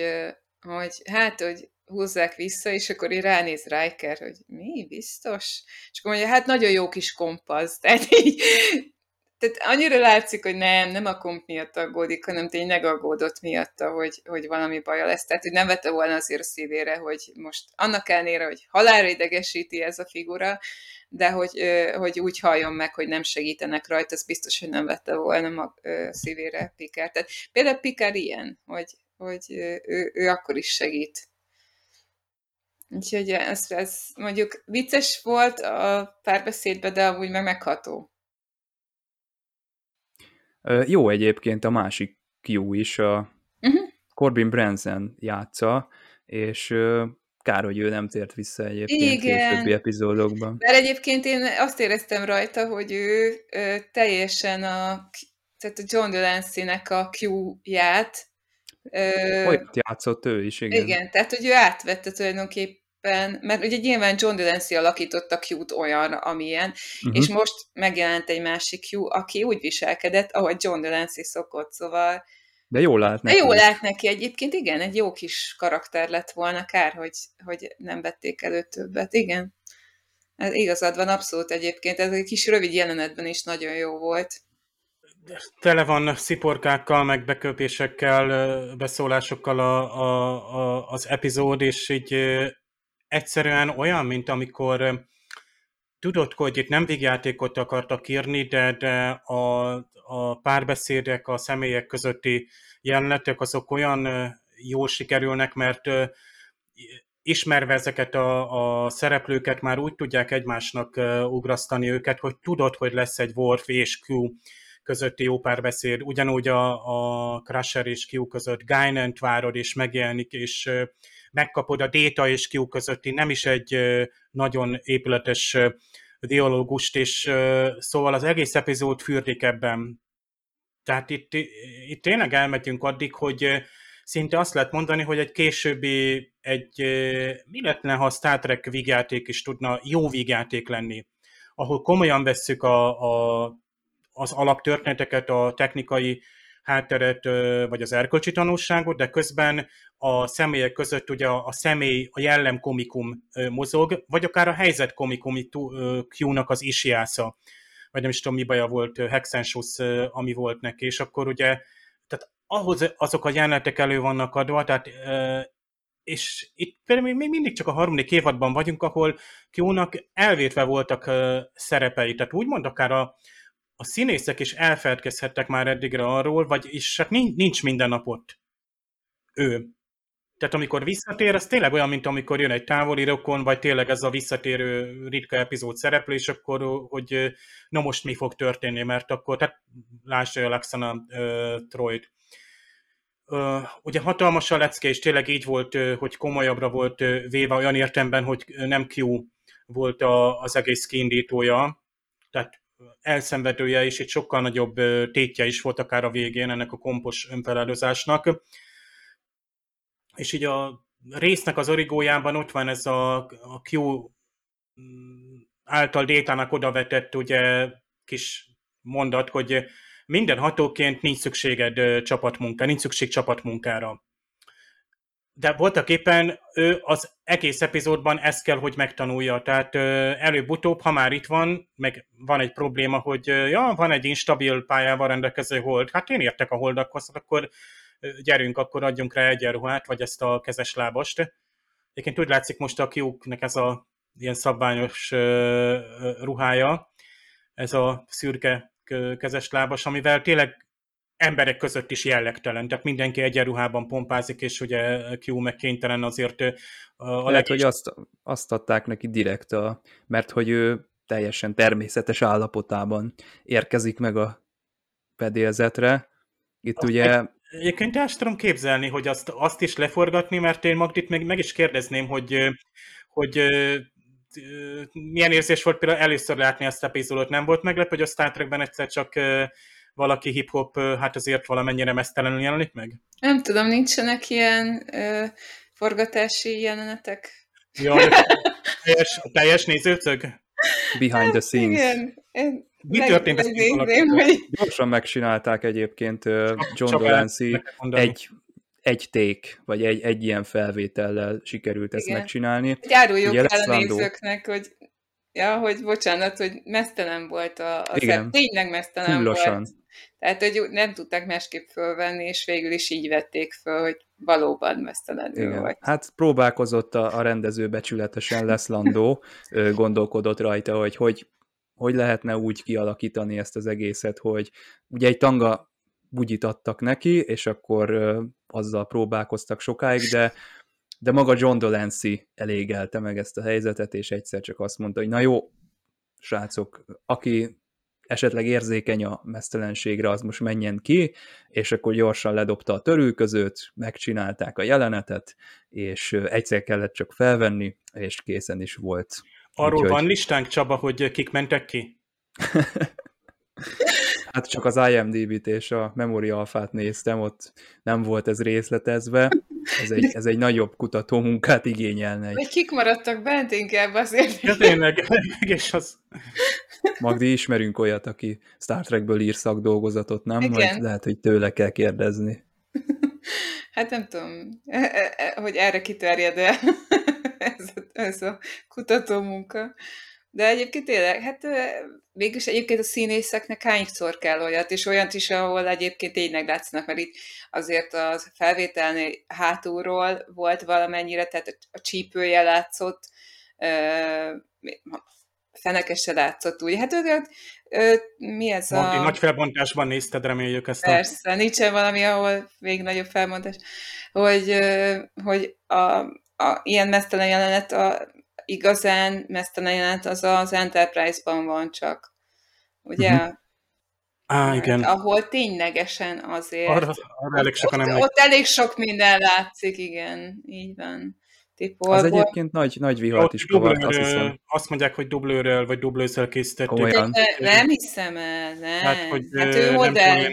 húzzák vissza, és akkor így ránéz Riker, hogy mi, biztos? És akkor mondja, hát nagyon jó kis kompasz. Tehát így tehát annyira látszik, hogy nem a komp miatt aggódik, hanem tényleg aggódott miatta, hogy valami baja lesz. Tehát, hogy nem vette volna azért a szívére, hogy most annak ellenére, hogy halálra idegesíti ez a figura, de hogy úgy halljon meg, hogy nem segítenek rajta, az biztos, hogy nem vette volna szívére Picard. Tehát például Picard ilyen, hogy ő akkor is segít. Úgyhogy ez mondjuk vicces volt a párbeszédben, de amúgy meg megható. Jó egyébként a másik Q is, a Corbin Branson játsza, és kár, hogy ő nem tért vissza egyébként későbbi epizódokban. Mert egyébként én azt éreztem rajta, hogy ő teljesen tehát a John Delancey-nek a Q-ját olyat játszott ő is, igen. Igen, tehát hogy ő átvette tulajdonképpen, mert ugye nyilván John Delancey alakította Q-t olyan, amilyen, és most megjelent egy másik Q, aki úgy viselkedett, ahogy John Delancey szokott, szóval... De jól lát neki. De jól lát neki egyébként, igen, egy jó kis karakter lett volna, kár, hogy nem vették elő többet, igen. Ez igazad van, abszolút egyébként, ez egy kis rövid jelenetben is nagyon jó volt. Tele van sziporkákkal, meg beköpésekkel, beszólásokkal az epizód, és így egyszerűen olyan, mint amikor tudod, hogy itt nem végjátékot akartak írni, de a párbeszédek, a személyek közötti jelenetek, azok olyan jól sikerülnek, mert ismerve ezeket a szereplőket, már úgy tudják egymásnak ugrasztani őket, hogy tudod, hogy lesz egy Worf és Q közötti jó párbeszéd, ugyanúgy a Crusher és Q között Guinant várod, és megjelenik, és megkapod a Data és Q közötti, nem is egy nagyon épületes dialógust, és szóval az egész epizód fürdik ebben. Tehát itt tényleg elmegyünk addig, hogy szinte azt lehet mondani, hogy egy későbbi, mi lehetne, ha a Star Trek vígjáték is tudna jó vígjáték lenni, ahol komolyan vesszük az alaptörténeteket, a technikai hátteret, vagy az erkölcsi tanulságot, de közben a személyek között ugye a személy, a jellem komikum mozog, vagy akár a helyzet komikum, Q-nak az Ishiasa, vagy nem is tudom, mi baja volt, Hexensus, ami volt neki, és akkor ugye, tehát ahhoz azok a jelenetek elő vannak adva, tehát és itt például még mindig csak a 3. évadban vagyunk, ahol Q-nak elvétve voltak szerepei, tehát úgymond akár a színészek is elfeledkezhettek már eddigre arról, vagyis hát nincs minden nap ott ő. Tehát amikor visszatér, az tényleg olyan, mint amikor jön egy távoli rokon, vagy tényleg ez a visszatérő ritka epizód szereplő, és akkor, hogy na most mi fog történni, mert akkor, tehát lásd a Laxana Troyt. Ugye hatalmas a lecke, és tényleg így volt, hogy komolyabbra volt véve olyan értelemben, hogy nem Q volt az egész kiindítója, tehát elszenvedője, és egy sokkal nagyobb tétje is volt akár a végén ennek a kompos önfeláldozásnak. És így a résznek az origójában ott van ez a Q által Détának odavetett ugye kis mondat, hogy minden hatóként nincs szükséged nincs szükség csapatmunkára. De voltak éppen ő az egész epizódban ezt kell, hogy megtanulja. Tehát előbb-utóbb, ha már itt van, meg van egy probléma, hogy van egy instabil pályával rendelkező hold. Hát én értek a holdakhoz, akkor gyerünk, akkor adjunk rá egyenruhát, vagy ezt a kezes lábast. Egyébként úgy látszik most a Q-nek ez a ilyen szabványos ruhája, ez a szürke kezes lábas, amivel tényleg emberek között is jellegtelen, tehát mindenki egyenruhában pompázik, és ugye Q meg kénytelen azért lehet, hogy azt adták neki direkt, mert hogy ő teljesen természetes állapotában érkezik meg a fedélzetre. Itt ugye... Egyébként el tudom képzelni, hogy azt is leforgatni, mert én Magdit meg is kérdezném, hogy milyen érzés volt például először látni ezt a epizódot. Nem volt meglepő, hogy a Star Trekben egyszer csak valaki hip-hop, hát azért valamennyire mesztelenül jelenik meg? Nem tudom, nincsenek ilyen forgatási jelenetek. Jaj, teljes nézőcög? Behind the scenes. Igen. Mi történt ezt Gyorsan megcsinálták egyébként John Delancey egy take, vagy egy ilyen felvétellel sikerült ezt megcsinálni. Áruljuk el a nézőknek, hogy Ja, hogy bocsánat, hogy meztelen volt a Igen, tényleg meztelen volt. fullosan. Tehát, hogy nem tudták másképp fölvenni, és végül is így vették föl, hogy valóban meztelenül Igen. vagy. Hát próbálkozott a rendező becsületesen, Les Landau, gondolkodott rajta, hogy lehetne úgy kialakítani ezt az egészet, hogy ugye egy tanga bugyit adtak neki, és akkor azzal próbálkoztak sokáig, de maga John Delancey elégelte meg ezt a helyzetet, és egyszer csak azt mondta, hogy na jó, srácok, aki esetleg érzékeny a meztelenségre, az most menjen ki, és akkor gyorsan ledobta a törülközőt, megcsinálták a jelenetet, és egyszer kellett csak felvenni, és készen is volt. Arról Úgyhogy van listánk, Csaba, hogy kik mentek ki? hát csak az IMDb-t és a Memory Alpha-t néztem, ott nem volt ez részletezve, ez egy nagyobb kutatómunkát igényelne. Vagy kik maradtak bent inkább azért? Ja, tényleg, és az... Magdi, ismerünk olyat, aki Star Trekből ír szakdolgozatot, nem? Igen. Majd lehet, hogy tőle kell kérdezni. Hát nem tudom, hogy erre kiterjed-e ez a kutatómunka. De egyébként tényleg, hát mégis egyébként a színészeknek hányszor kell olyat, és olyat is, ahol egyébként tényleg látszanak, mert itt azért a felvételnél hátulról volt valamennyire, tehát a csípője látszott, fenekes se látszott úgy. Hát mi ez Magdi, a... nagy felbontásban nézted, reméljük ezt. Persze, nincsen valami, ahol még nagyobb felmondás, hogy ilyen meztelen jelenet, igazán meztelen jelenet az Enterprise-ban van csak. Ugye? Igen. Ahol ténylegesen azért. Arra elég sokan emlékszik. Ott elég sok minden látszik, igen. Így van. Az egyébként nagy vihart is kavart, azt hiszem. Azt mondják, hogy dublőrrel vagy dublőzzel készítették. Komolyan. Nem hiszem el, nem. Hát ő modell.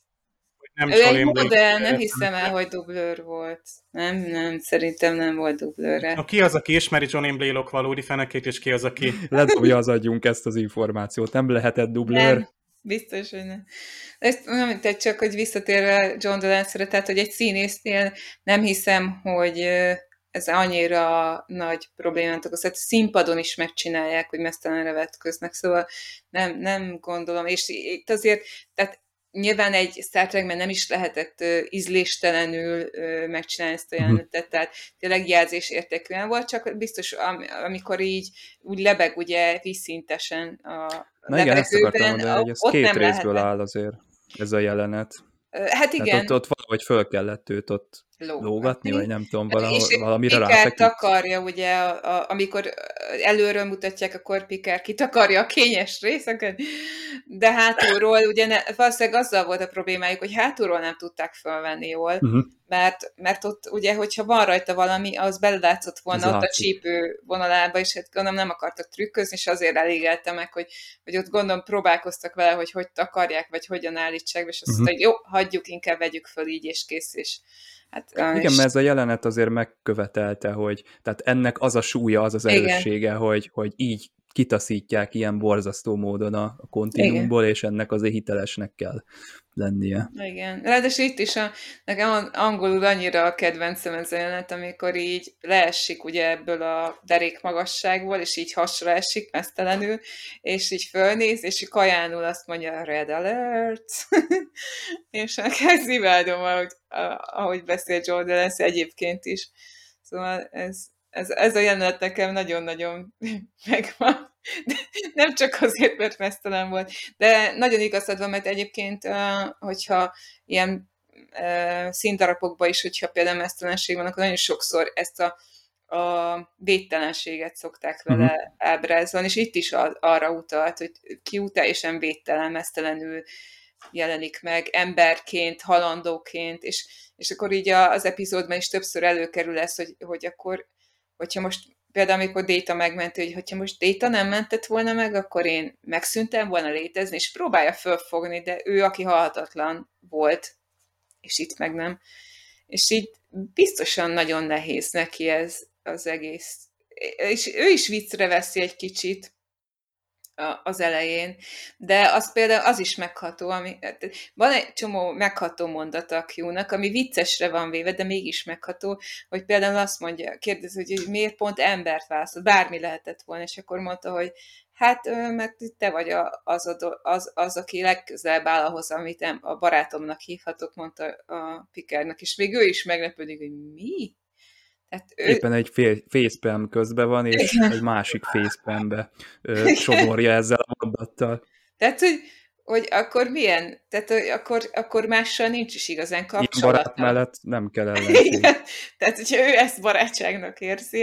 Ő egy modell, nem hiszem el, hogy dublőr volt. Nem, szerintem nem volt dublőre. Ki az, aki ismeri John Blaylock valódi fenekét, és ki az, aki... Ledobja az agyunk ezt az információt. Nem lehetett dublőr? Nem, biztos, hogy nem. Ezt nem, tehát csak, hogy visszatérve John Delancey-re, tehát, hogy egy színésznél nem hiszem, hogy ez annyira nagy problémát okoz. Tehát színpadon is megcsinálják, hogy meztelenre vetköznek, szóval nem gondolom. És itt azért, tehát nyilván egy Star Trekben nem is lehetett ízléstelenül megcsinálni ezt a jelenetet, tehát tényleg jelzésértékűen volt, csak biztos, amikor így úgy lebeg ugye vízszintesen a Na igen, ezt akartam lebegőben, mondani, hogy ez ott két nem részből lehetett. áll azért ez a jelenet. Hát igen. Hát ott valahogy föl kellett őt ott lógatni, vagy nem tudom, valamire Picard ráfeküdt. takarja, ugye, amikor előről mutatják, akkor Picard kitakarja a kényes részeket, de hátulról, ugye valószínűleg azzal volt a problémájuk, hogy hátulról nem tudták fölvenni jól, mert ott ugye, hogyha van rajta valami, az belelátszott volna ott a csípő vonalába, és hát gondolom nem akartak trükközni, és azért elégelte meg, hogy ott gondolom próbálkoztak vele, hogy takarják, vagy hogyan állítsák, és azt mondta, hogy jó, hagyjuk, inkább vegyük föl így, és kész, és hát, igen, mert ez a jelenet azért megkövetelte, hogy tehát ennek az a súlya, az erőssége, hogy így kitaszítják ilyen borzasztó módon a kontinuumból, és ennek azért hitelesnek kell lennie. Igen. Ráadásul itt is nekem angolul annyira a kedvencem ez a jelenet, amikor így leesik ugye ebből a derék magasságból, és így hasra esik meztelenül, és így fölnéz, és így kajánul azt mondja, Red Alert! És nekem imádom, ahogy beszél John Delancey egyébként is. Szóval ez a jelenet nekem nagyon-nagyon megvan. De nem csak azért, mert meztelen volt, de nagyon igazad van, mert egyébként, hogyha ilyen színdarabokban is, hogyha például meztelenség van, akkor nagyon sokszor ezt a védtelenséget szokták vele ábrázolni, és itt is arra utalt, hogy ki teljesen védtelen, meztelenül jelenik meg, emberként, halandóként, és akkor így az epizódban is többször előkerül ez, hogy akkor, hogyha most például amikor Data megmenti, hogy hogyha most Data nem mentett volna meg, akkor én megszűntem volna létezni, és próbálja fölfogni, de ő, aki halhatatlan volt, és itt meg nem. És így biztosan nagyon nehéz neki ez az egész. És ő is viccre veszi egy kicsit, az elején, de az például az is megható, van egy csomó megható mondata a Q-nak, ami viccesre van véve, de mégis megható, hogy például azt mondja, kérdezi, hogy miért pont embert választott, bármi lehetett volna, és akkor mondta, hogy hát, mert te vagy az, aki legközelebb áll ahhoz, amit a barátomnak hívhatok, mondta a Picardnak, és még ő is meglepődik, hogy mi? Tehát Éppen egy facepalm közben van, és Igen. egy másik facepalmbe sodorja ezzel a mondattal. Tehát, hogy akkor milyen? Tehát, akkor mással nincs is igazán Ilyen kapcsolata. barát mellett nem kell ellenség. Igen. Tehát, hogyha ő ezt barátságnak érzi,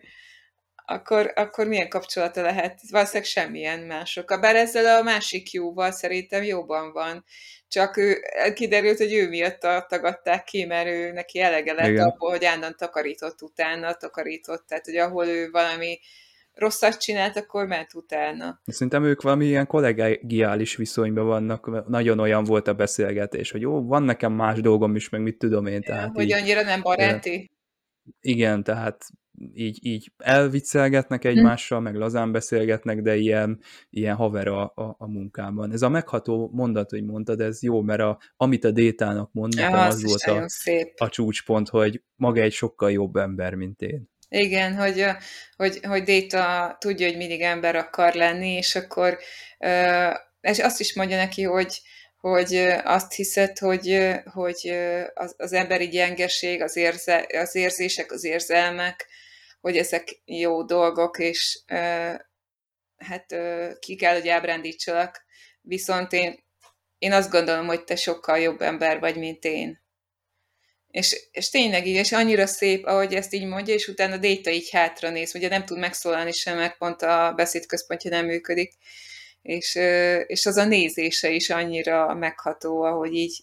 akkor milyen kapcsolata lehet? Valószínűleg semmilyen másokkal. Bár ezzel a másik Q-val szerintem jobban van. Csak kiderült, hogy ő miatt tagadták ki, mert ő neki elege lett Igen. abból, hogy állandóan takarított. Tehát, hogy ahol ő valami rosszat csinált, akkor ment utána. Szerintem ők valami ilyen kollegiális viszonyban vannak, nagyon olyan volt a beszélgetés, hogy jó, van nekem más dolgom is, meg mit tudom én. Tehát Hogy így, annyira nem baráti? igen, tehát így elviccelgetnek egymással, meg lazán beszélgetnek, de ilyen haver a munkában. Ez a megható mondat, hogy mondtad, ez jó, mert amit a Détának mond, nekem az volt a csúcspont, hogy maga egy sokkal jobb ember, mint én. Igen, hogy Data tudja, hogy mindig ember akar lenni, és akkor és azt is mondja neki, hogy azt hiszed, hogy az emberi gyengeség, az érzések, az érzelmek, hogy ezek jó dolgok, és hát ki kell, hogy ábrándítsalak. Viszont én azt gondolom, hogy te sokkal jobb ember vagy, mint én. És tényleg így, és annyira szép, ahogy ezt így mondja, és utána Data így hátra néz, ugye nem tud megszólalni sem, mert pont a beszédközpontja nem működik, és az a nézése is annyira megható, ahogy így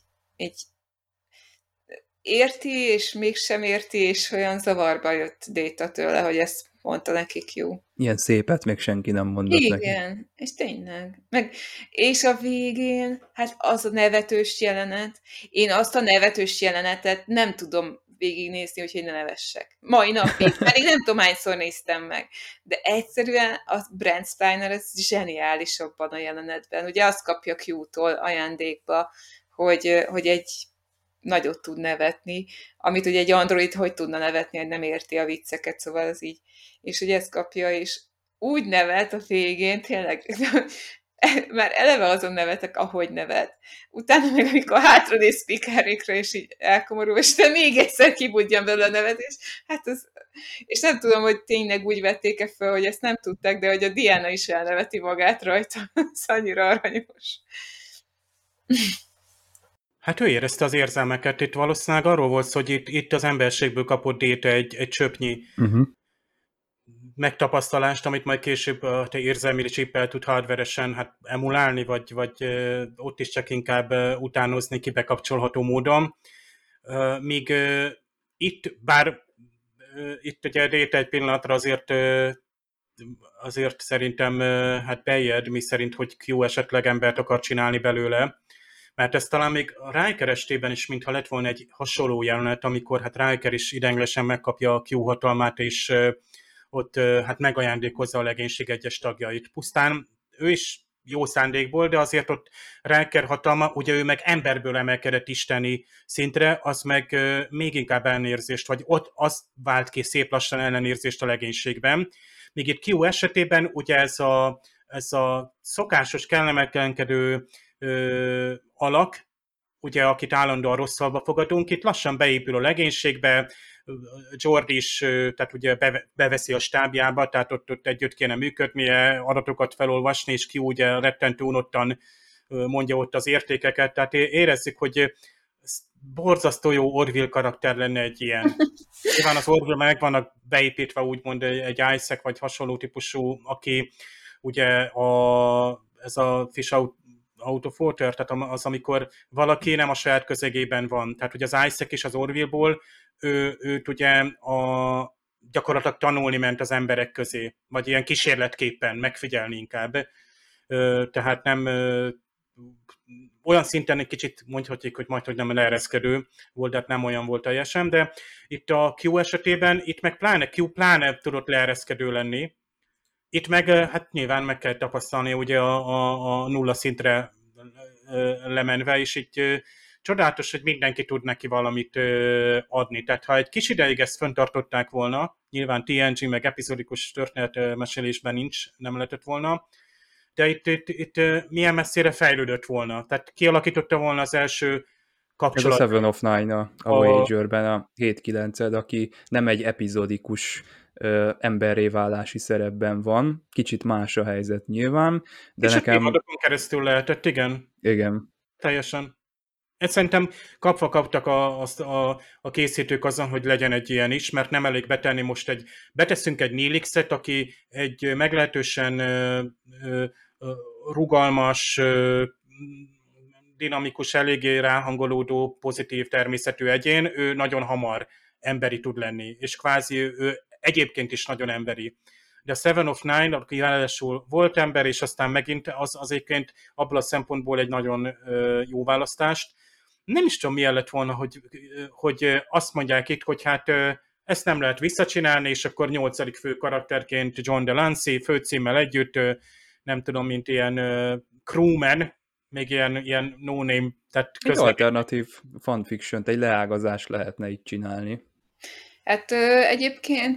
érti, és mégsem érti, és olyan zavarba jött Data tőle, hogy ezt mondta nekik jó. Ilyen szépet még senki nem mondott neki. Igen, és tényleg. És a végén, hát az a nevetős jelenet, én azt a nevetős jelenetet nem tudom végignézni, úgyhogy ne nevessek. Mai napig, pedig nem tudom, hányszor néztem meg. De egyszerűen a Brent Spiner, ez zseniális abban a jelenetben. Ugye azt kapja Q-tól ajándékba, hogy egy nagyot tud nevetni, amit ugye egy android hogy tudna nevetni, hogy nem érti a vicceket, szóval az így. És ugye ezt kapja, és úgy nevet a végén, tényleg, már eleve azon nevetek, ahogy nevet. Utána meg, amikor hátranéz Picardékra, és így elkomorul, és de még egyszer kibudjan belőle a nevetés, hát az, és nem tudom, hogy tényleg úgy vették-e fel, hogy ezt nem tudták, de hogy a Diana is elneveti magát rajta. Ez annyira aranyos. Hát ő érezte az érzelmeket, itt valószínűleg arról volt, hogy itt az emberségből kapott Data egy csöpnyi megtapasztalást, amit majd később te érzelmi csippel tud hardveresen hát emulálni, vagy ott is csak inkább utánozni kibekapcsolható módon. Míg itt, bár itt ugye Data egy pillanatra azért szerintem hát bejed, mi szerint, hogy Q esetleg embert akar csinálni belőle, mert ez talán még a Riker estében is, mintha lett volna egy hasonló jelenet, amikor hát Riker is idegenesen megkapja a Q hatalmát, és ott hát megajándékozza a legénység egyes tagjait. Pusztán ő is jó szándékból, de azért ott Riker hatalma, ugye ő meg emberből emelkedett isteni szintre, az meg még inkább ellenérzést, vagy ott az vált ki szép lassan ellenérzést a legénységben. Míg itt Q esetében ugye ez a szokásos kellemetlenkedő alak, ugye, akit állandóan rosszalba fogadunk, itt lassan beépül a legénységbe, Geordi is, tehát ugye beveszi a stábjába, tehát ott együtt kéne működnie, adatokat felolvasni, és ki ugye rettentő unottan mondja ott az értékeket, tehát érezzük, hogy borzasztó jó Orville karakter lenne egy ilyen. Nyilván az Orville megvannak beépítve úgymond egy Isaac vagy hasonló típusú, aki ugye ez a fish out of water, tehát az, amikor valaki nem a saját közegében van. Tehát ugye az Isaac is az Orville-ból, őt ugye gyakorlatilag tanulni ment az emberek közé, vagy ilyen kísérletképpen megfigyelni inkább. Tehát nem olyan szinten egy kicsit mondhatjuk, hogy majd, hogy nem leereszkedő volt, de nem olyan volt teljesen, de itt a Q esetében, itt meg Q pláne tudott leereszkedő lenni, Itt meg hát nyilván meg kell tapasztalni ugye a nulla szintre lemenve, és itt csodálatos, hogy mindenki tud neki valamit adni. Tehát ha egy kis ideig ezt föntartották volna, nyilván TNG meg epizódikus történetmesélésben nem lehetett volna, de itt milyen messzire fejlődött volna. Tehát kialakította volna az első kapcsolat. Ez a Seven of Nine a Voyager-ben a 7-9-ed, aki nem egy epizódikus emberré válási szerepben van. Kicsit más a helyzet nyilván, de és nekem... évadokon keresztül lehetett, igen. Igen. Teljesen. Ezt szerintem kaptak a készítők azon, hogy legyen egy ilyen is, mert nem elég betenni most beteszünk egy Neelixet, aki egy meglehetősen rugalmas, dinamikus, eléggé ráhangolódó, pozitív természetű egyén, ő nagyon hamar emberi tud lenni, és kvázi ő egyébként is nagyon emberi. De a Seven of Nine, aki ráadásul volt ember, és aztán megint az egyébként abból a szempontból egy nagyon jó választást. Nem is tudom, milyen lett volna, hogy azt mondják itt, hogy hát ezt nem lehet visszacsinálni, és akkor 8. fő karakterként John Delancey főcímmel együtt, nem tudom, mint ilyen crewman, még ilyen no-name, tehát egy alternatív fanfiction-t, egy leágazást lehetne itt csinálni. Hát egyébként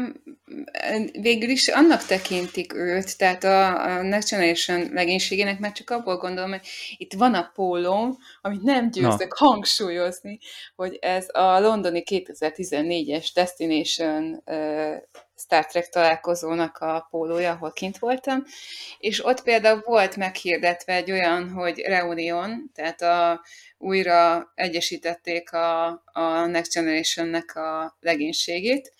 végül is annak tekintik őt, tehát a Next Generation legénységének, már csak abból gondolom, hogy itt van a pólóm, amit nem győzök hangsúlyozni, hogy ez a londoni 2014-es Destination Star Trek találkozónak a pólója, ahol kint voltam, és ott például volt meghirdetve egy olyan, hogy Reunion, tehát újra egyesítették a Next Generation-nek a legénységét,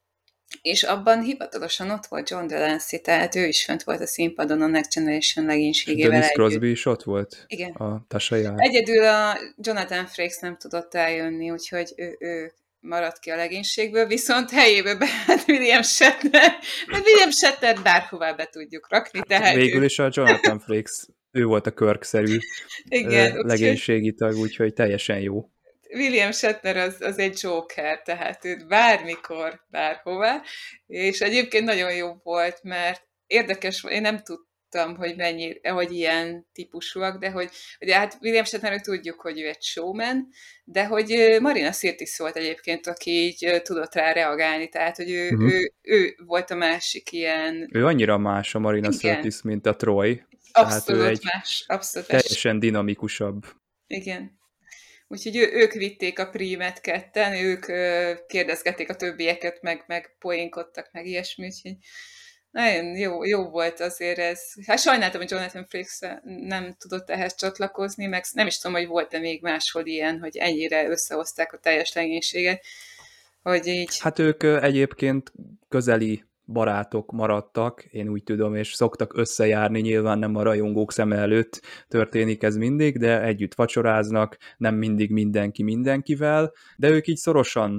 és abban hivatalosan ott volt John Delancey, tehát ő is fönt volt a színpadon a Next Generation legénységével Dennis együtt. Crosby is ott volt? Igen. A Tasha. Egyedül a Jonathan Frakes nem tudott eljönni, úgyhogy ő maradt ki a legénységből, viszont helyébe beállt William Shatner, mert William Shatner bárhová be tudjuk rakni. Tehát végül is a Jonathan Frakes, ő volt a Kirk-szerű legénységi tag, úgyhogy teljesen jó. William Shatner az egy Joker, tehát őt bármikor, bárhová, és egyébként nagyon jó volt, mert érdekes, én nem tudtam, hogy ilyen típusúak, de hogy hát William Shatner, tudjuk, hogy ő egy showman, de hogy Marina Sirtis volt egyébként, aki így tudott rá reagálni, tehát hogy ő volt a másik ilyen... Ő annyira más a Marina Sirtis, mint a Troy. Abszolút más. Abszolút teljesen dinamikusabb. Igen. Úgyhogy ők vitték a prímet ketten, ők kérdezgették a többieket, meg poénkodtak, meg ilyesmi, úgyhogy nagyon jó volt azért ez. Hát sajnáltam, hogy Jonathan Frakes nem tudott ehhez csatlakozni, meg nem is tudom, hogy volt-e még máshol ilyen, hogy ennyire összehozták a teljes legénységet, hogy így... Hát ők egyébként közeli barátok maradtak, én úgy tudom, és szoktak összejárni, nyilván nem a rajongók szeme előtt történik ez mindig, de együtt vacsoráznak, nem mindig mindenki mindenkivel, de ők így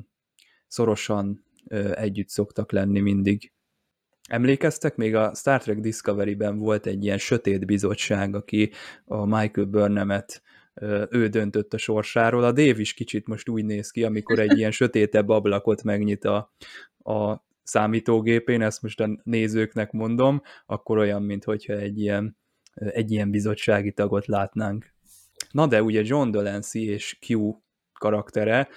szorosan együtt szoktak lenni mindig. Emlékeztek? Még a Star Trek Discovery-ben volt egy ilyen sötét bizottság, aki a Michael Burnham-et ő döntött a sorsáról. A Dave is kicsit most úgy néz ki, amikor egy ilyen sötétebb ablakot megnyit a számítógépén, ezt most a nézőknek mondom, akkor olyan, mintha egy ilyen bizottsági tagot látnánk. Na de ugye John Delancey és Q karaktere,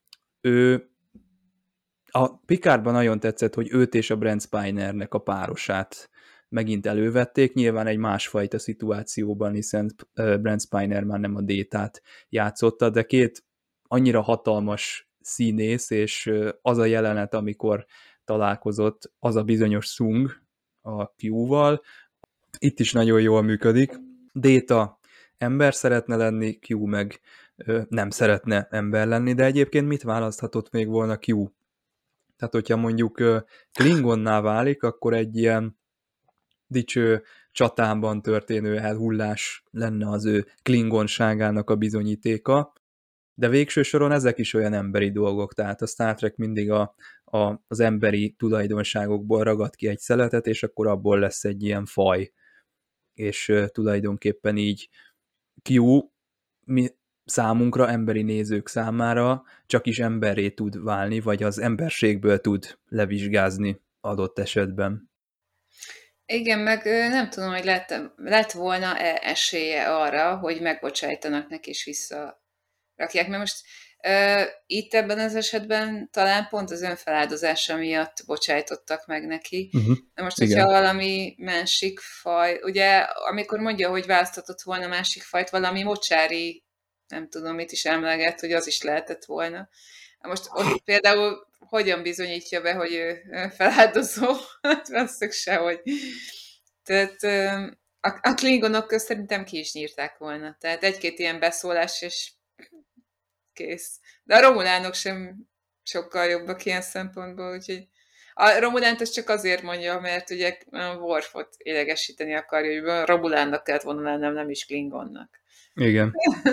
a Picardban nagyon tetszett, hogy őt és a Brent Spinernek a párosát megint elővették, nyilván egy másfajta szituációban, hiszen Brent Spiner már nem a Détát játszotta, de két annyira hatalmas színész, és az a jelenet, amikor találkozott az a bizonyos Sung a Q-val, itt is nagyon jól működik. Déta ember szeretne lenni, Q meg nem szeretne ember lenni, de egyébként mit választhatott még volna Q? Tehát, hogyha mondjuk Klingonná válik, akkor egy ilyen dicső csatában történő elhullás lenne az ő klingonságának a bizonyítéka, de végső soron ezek is olyan emberi dolgok, tehát a Star Trek mindig az emberi tulajdonságokból ragad ki egy szeletet, és akkor abból lesz egy ilyen faj. És tulajdonképpen így Q számunkra, emberi nézők számára csak is emberré tud válni, vagy az emberségből tud levizsgázni adott esetben. Igen, meg nem tudom, hogy lett volna esélye arra, hogy megbocsájtanak neki és visszarakják. Mert most itt ebben az esetben talán pont az önfeláldozása miatt bocsájtottak meg neki. Na most, hogyha Igen. valami másik faj, ugye amikor mondja, hogy választhatott volna másik fajt, valami mocsári, nem tudom, mit is emleget, hogy az is lehetett volna. Na most ott például hogyan bizonyítja be, hogy ő feláldozó? Hát valószínűleg sehogy. Tehát a klingonok szerintem ki is nyírták volna. Tehát egy-két ilyen beszólás, és kész. De a romulánok sem sokkal jobbak ilyen szempontból, úgyhogy a romulánt az csak azért mondja, mert ugye Worfot idegesíteni akarja, hogy a romulánnak kellett volna lennem, nem is klingonnak. Igen.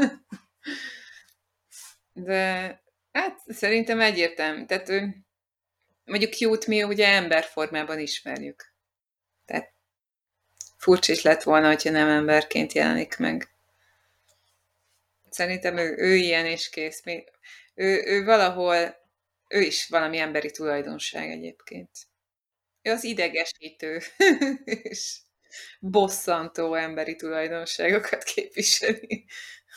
De hát szerintem egyértelmű. Tehát mondjuk Q-t mi ugye emberformában ismerjük. Tehát furcsa is lett volna, hogyha nem emberként jelenik meg. Szerintem ő ilyen és kész. Ő valahol, ő is valami emberi tulajdonság egyébként. Ő az idegesítő és bosszantó emberi tulajdonságokat képviseli.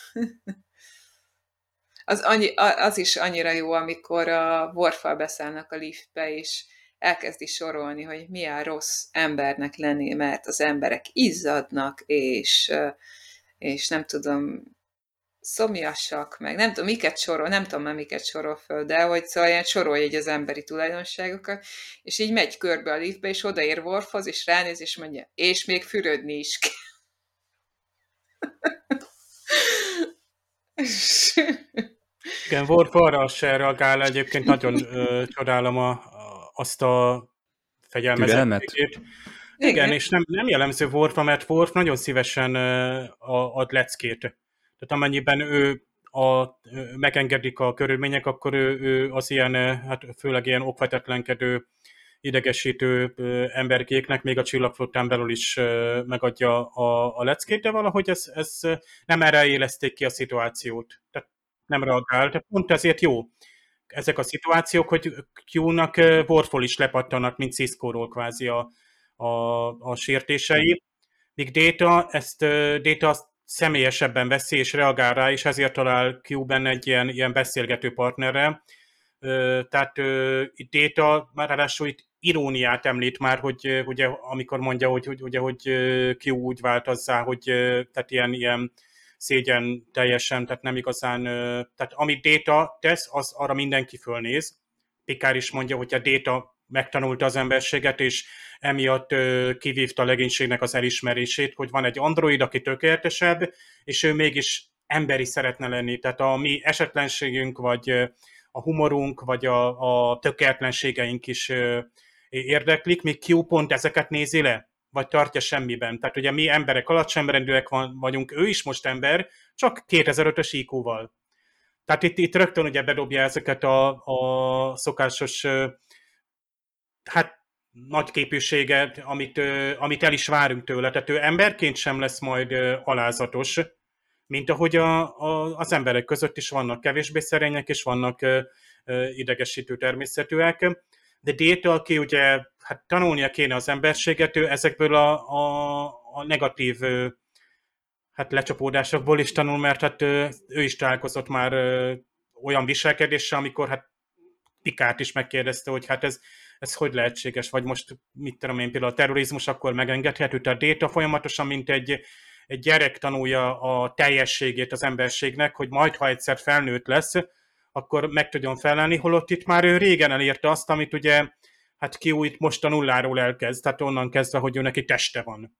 Az is annyira jó, amikor a Worffal beszállnak a liftbe, és elkezdi sorolni, hogy milyen rossz embernek lenni, mert az emberek izzadnak, és nem tudom, szomjasak, meg nem tudom, nem tudom már miket sorol föl, de hogy szóval ilyen sorolja így az emberi tulajdonságokat, és így megy körbe a liftbe, és odaér Worfhoz, és ránéz, és mondja, és még fürödni is kell. Igen, Worf arra se reagál, egyébként nagyon csodálom azt a fegyelmezettségét. Igen, és nem jellemző Worfra, mert Worf nagyon szívesen ad leckét. Tehát amennyiben ő megengedik a körülmények, akkor ő az ilyen, hát főleg ilyen okvetetlenkedő, idegesítő emberkéknek, még a csillagflottán belül is megadja a leckét, de valahogy ez nem erre éleszték ki a szituációt. Tehát nem reagált. Pont ezért jó ezek a szituációk, hogy Q-nak Worfról is lepattanak, mint Cisco-ról kvázi a sértései. Míg Data személyesebben veszi és reagál rá, és ezért talál Q-ben egy ilyen beszélgető partnerre. Tehát itt Data, már ráadásul itt iróniát említ már, hogy ugye, amikor mondja, hogy Q úgy változzá, hogy tehát ilyen szégyen teljesen, tehát nem igazán, tehát amit Data tesz, az arra mindenki fölnéz. Picard is mondja, hogy a Data megtanulta az emberséget, és emiatt kivívta a legénységnek az elismerését, hogy van egy android, aki tökéletesebb, és ő mégis emberi szeretne lenni. Tehát a mi esetlenségünk, vagy a humorunk, vagy a tökéletlenségeink is érdeklik, míg Q pont ezeket nézi le, vagy tartja semmiben. Tehát ugye mi emberek alacsonyrendűek vagyunk, ő is most ember, csak 2005-ös IQ-val. Tehát itt rögtön ugye bedobja ezeket a szokásos hát nagy képűséget, amit el is várunk tőle. Tehát ő emberként sem lesz majd alázatos, mint ahogy az emberek között is vannak kevésbé szerények, és vannak idegesítő természetűek. De Data, aki ugye hát tanulnia kéne az emberséget, ő ezekből a negatív hát lecsapódásokból is tanul, mert hát ő is találkozott már olyan viselkedéssel, amikor hát Picard is megkérdezte, hogy hát ez hogy lehetséges, vagy most mit tudom én, például a terrorizmus akkor megengedhető, tehát Data folyamatosan, mint egy gyerek tanulja a teljességét az emberségnek, hogy majd, ha egyszer felnőtt lesz, akkor meg tudjon felelni, holott itt már ő régen elérte azt, amit ugye, hát Q itt most a nulláról elkezd, tehát onnan kezdve, hogy ő neki teste van.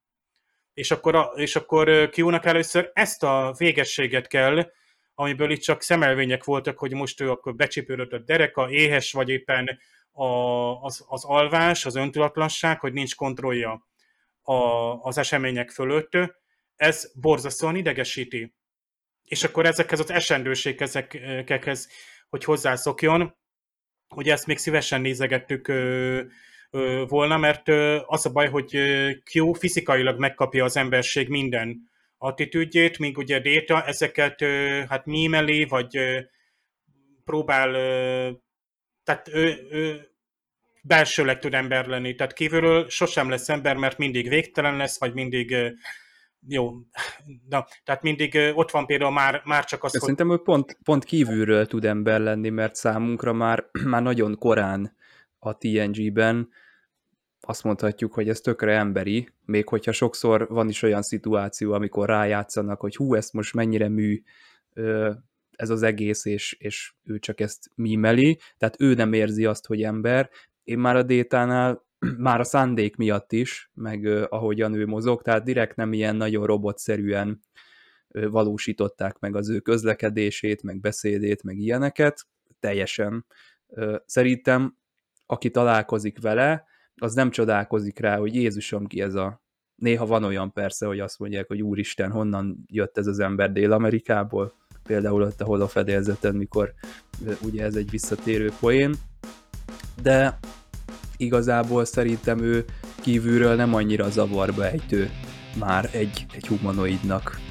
És akkor Q-nak először ezt a végességet kell, amiből itt csak szemelvények voltak, hogy most ő akkor becsípődött a dereka, éhes, vagy éppen az alvás, az öntudatlanság, hogy nincs kontrollja az események fölött, ez borzasztóan idegesíti. És akkor ezekhez az esendőségekhez, hogy hozzászokjon, hogy ezt még szívesen nézegettük volna, mert az a baj, hogy Q fizikailag megkapja az emberség minden attitűdjét, míg ugye Data ezeket hát mímeli, vagy próbál, tehát belsőleg tud ember lenni, tehát kívülről sosem lesz ember, mert mindig végtelen lesz, vagy mindig jó, tehát mindig ott van például már csak az, hogy... Szerintem ő pont kívülről tud ember lenni, mert számunkra már nagyon korán a TNG-ben azt mondhatjuk, hogy ez tökre emberi, még hogyha sokszor van is olyan szituáció, amikor rájátszanak, hogy hú, ezt most mennyire mű ez az egész, és ő csak ezt mímeli, tehát ő nem érzi azt, hogy ember. Én már a Détánál, már a szándék miatt is, meg ahogyan ő mozog, tehát direkt nem ilyen nagyon robotszerűen valósították meg az ő közlekedését, meg beszédét, meg ilyeneket, teljesen. Szerintem, aki találkozik vele, az nem csodálkozik rá, hogy Jézusom, ki ez a... Néha van olyan persze, hogy azt mondják, hogy úristen, honnan jött ez az ember Dél-Amerikából, például ott a holofedélzeten, mikor ugye ez egy visszatérő poén, de igazából szerintem ő kívülről nem annyira zavarba ejtő már egy humanoidnak.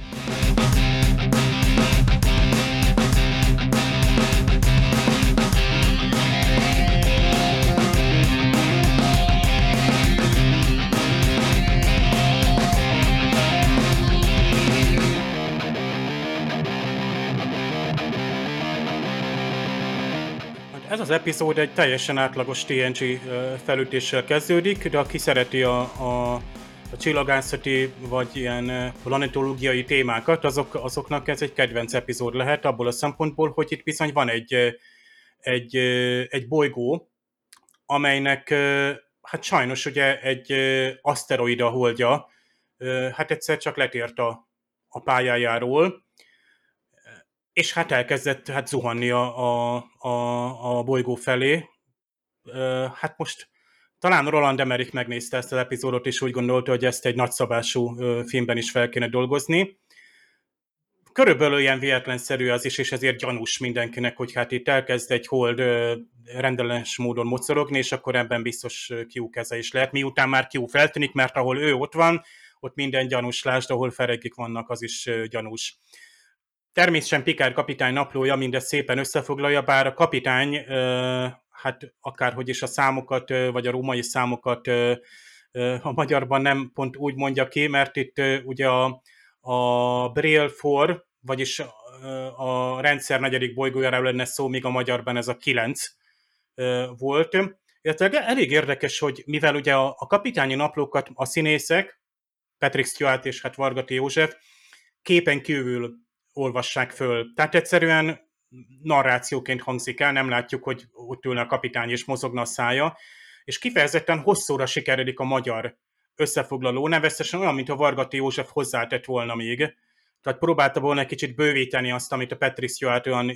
Ez az epizód egy teljesen átlagos TNG felütéssel kezdődik, de aki szereti a csillagászati vagy ilyen planetológiai témákat, azoknak ez egy kedvenc epizód lehet abból a szempontból, hogy itt bizony van egy bolygó, amelynek hát sajnos ugye egy aszteroida holdja, hát egyszer csak letért a pályájáról, és hát elkezdett zuhanni a bolygó felé. Hát most talán Roland Emmerich megnézte ezt az epizódot, és úgy gondolta, hogy ezt egy nagyszabású filmben is fel kéne dolgozni. Körülbelül ilyen véletlenszerű az is, és ezért gyanús mindenkinek, hogy hát itt elkezd egy hold rendellenes módon mocorogni, és akkor ebben biztos Q keze is lehet. Miután már Q feltűnik, mert ahol ő ott van, ott minden gyanús, lásd, ahol feregik vannak, az is gyanús. Természetesen Picard kapitány naplója mindezt szépen összefoglalja, bár a kapitány, hát akárhogy is a számokat, vagy a római számokat a magyarban nem pont úgy mondja ki, mert itt ugye a Braille 4, vagyis a rendszer negyedik bolygójára lenne szó, míg a magyarban ez a 9 volt. Illetve elég érdekes, hogy mivel ugye a kapitányi naplókat a színészek, Patrick Stewart és hát Vargati József képen kívül olvassák föl. Tehát egyszerűen narrációként hangzik el, nem látjuk, hogy ott ülne a kapitány és mozogna a szája, és kifejezetten hosszúra sikeredik a magyar összefoglaló, nevezetesen olyan, mint a Vargati József hozzátett volna még. Tehát próbálta volna egy kicsit bővíteni azt, amit a Patrick Stewart olyan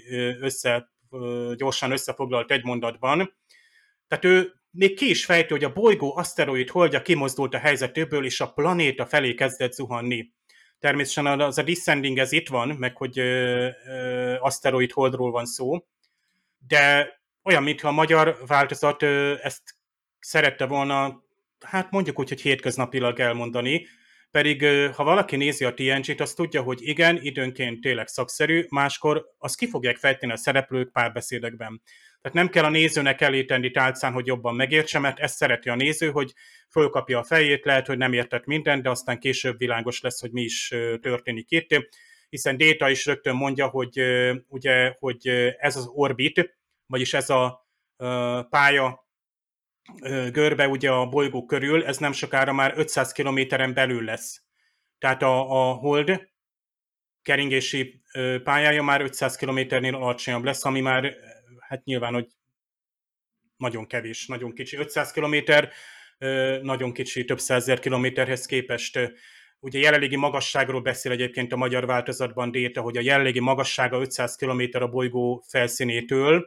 gyorsan összefoglalt egy mondatban. Tehát ő még ki is fejtő, hogy a bolygó aszteroid holdja kimozdult a helyzetéből, és a planéta felé kezdett zuhanni. Természetesen az a descending ez itt van, meg hogy aszteroid holdról van szó, de olyan, mintha a magyar változat ezt szerette volna, hát mondjuk úgy, hogy hétköznapilag elmondani, pedig ha valaki nézi a TNG-t, azt tudja, hogy igen, időnként tényleg szakszerű, máskor azt ki fogják fejteni a szereplők párbeszédekben. Tehát nem kell a nézőnek elé tenni tálcán, hogy jobban megértse, mert ezt szereti a néző, hogy fölkapja a fejét, lehet, hogy nem értett mindent, de aztán később világos lesz, hogy mi is történik itt. Hiszen Data is rögtön mondja, hogy ugye, hogy ez az orbit, vagyis ez a pálya görbe ugye a bolygó körül, ez nem sokára már 500 kilométeren belül lesz. Tehát a hold keringési pályája már 500 kilométernél alacsonyabb lesz, ami már hát nyilván, hogy nagyon kevés, nagyon kicsi. 500 kilométer, nagyon kicsi, több százezer kilométerhez képest. Ugye jelenlegi magasságról beszél egyébként a magyar változatban Data, hogy a jelenlegi magassága 500 kilométer a bolygó felszínétől.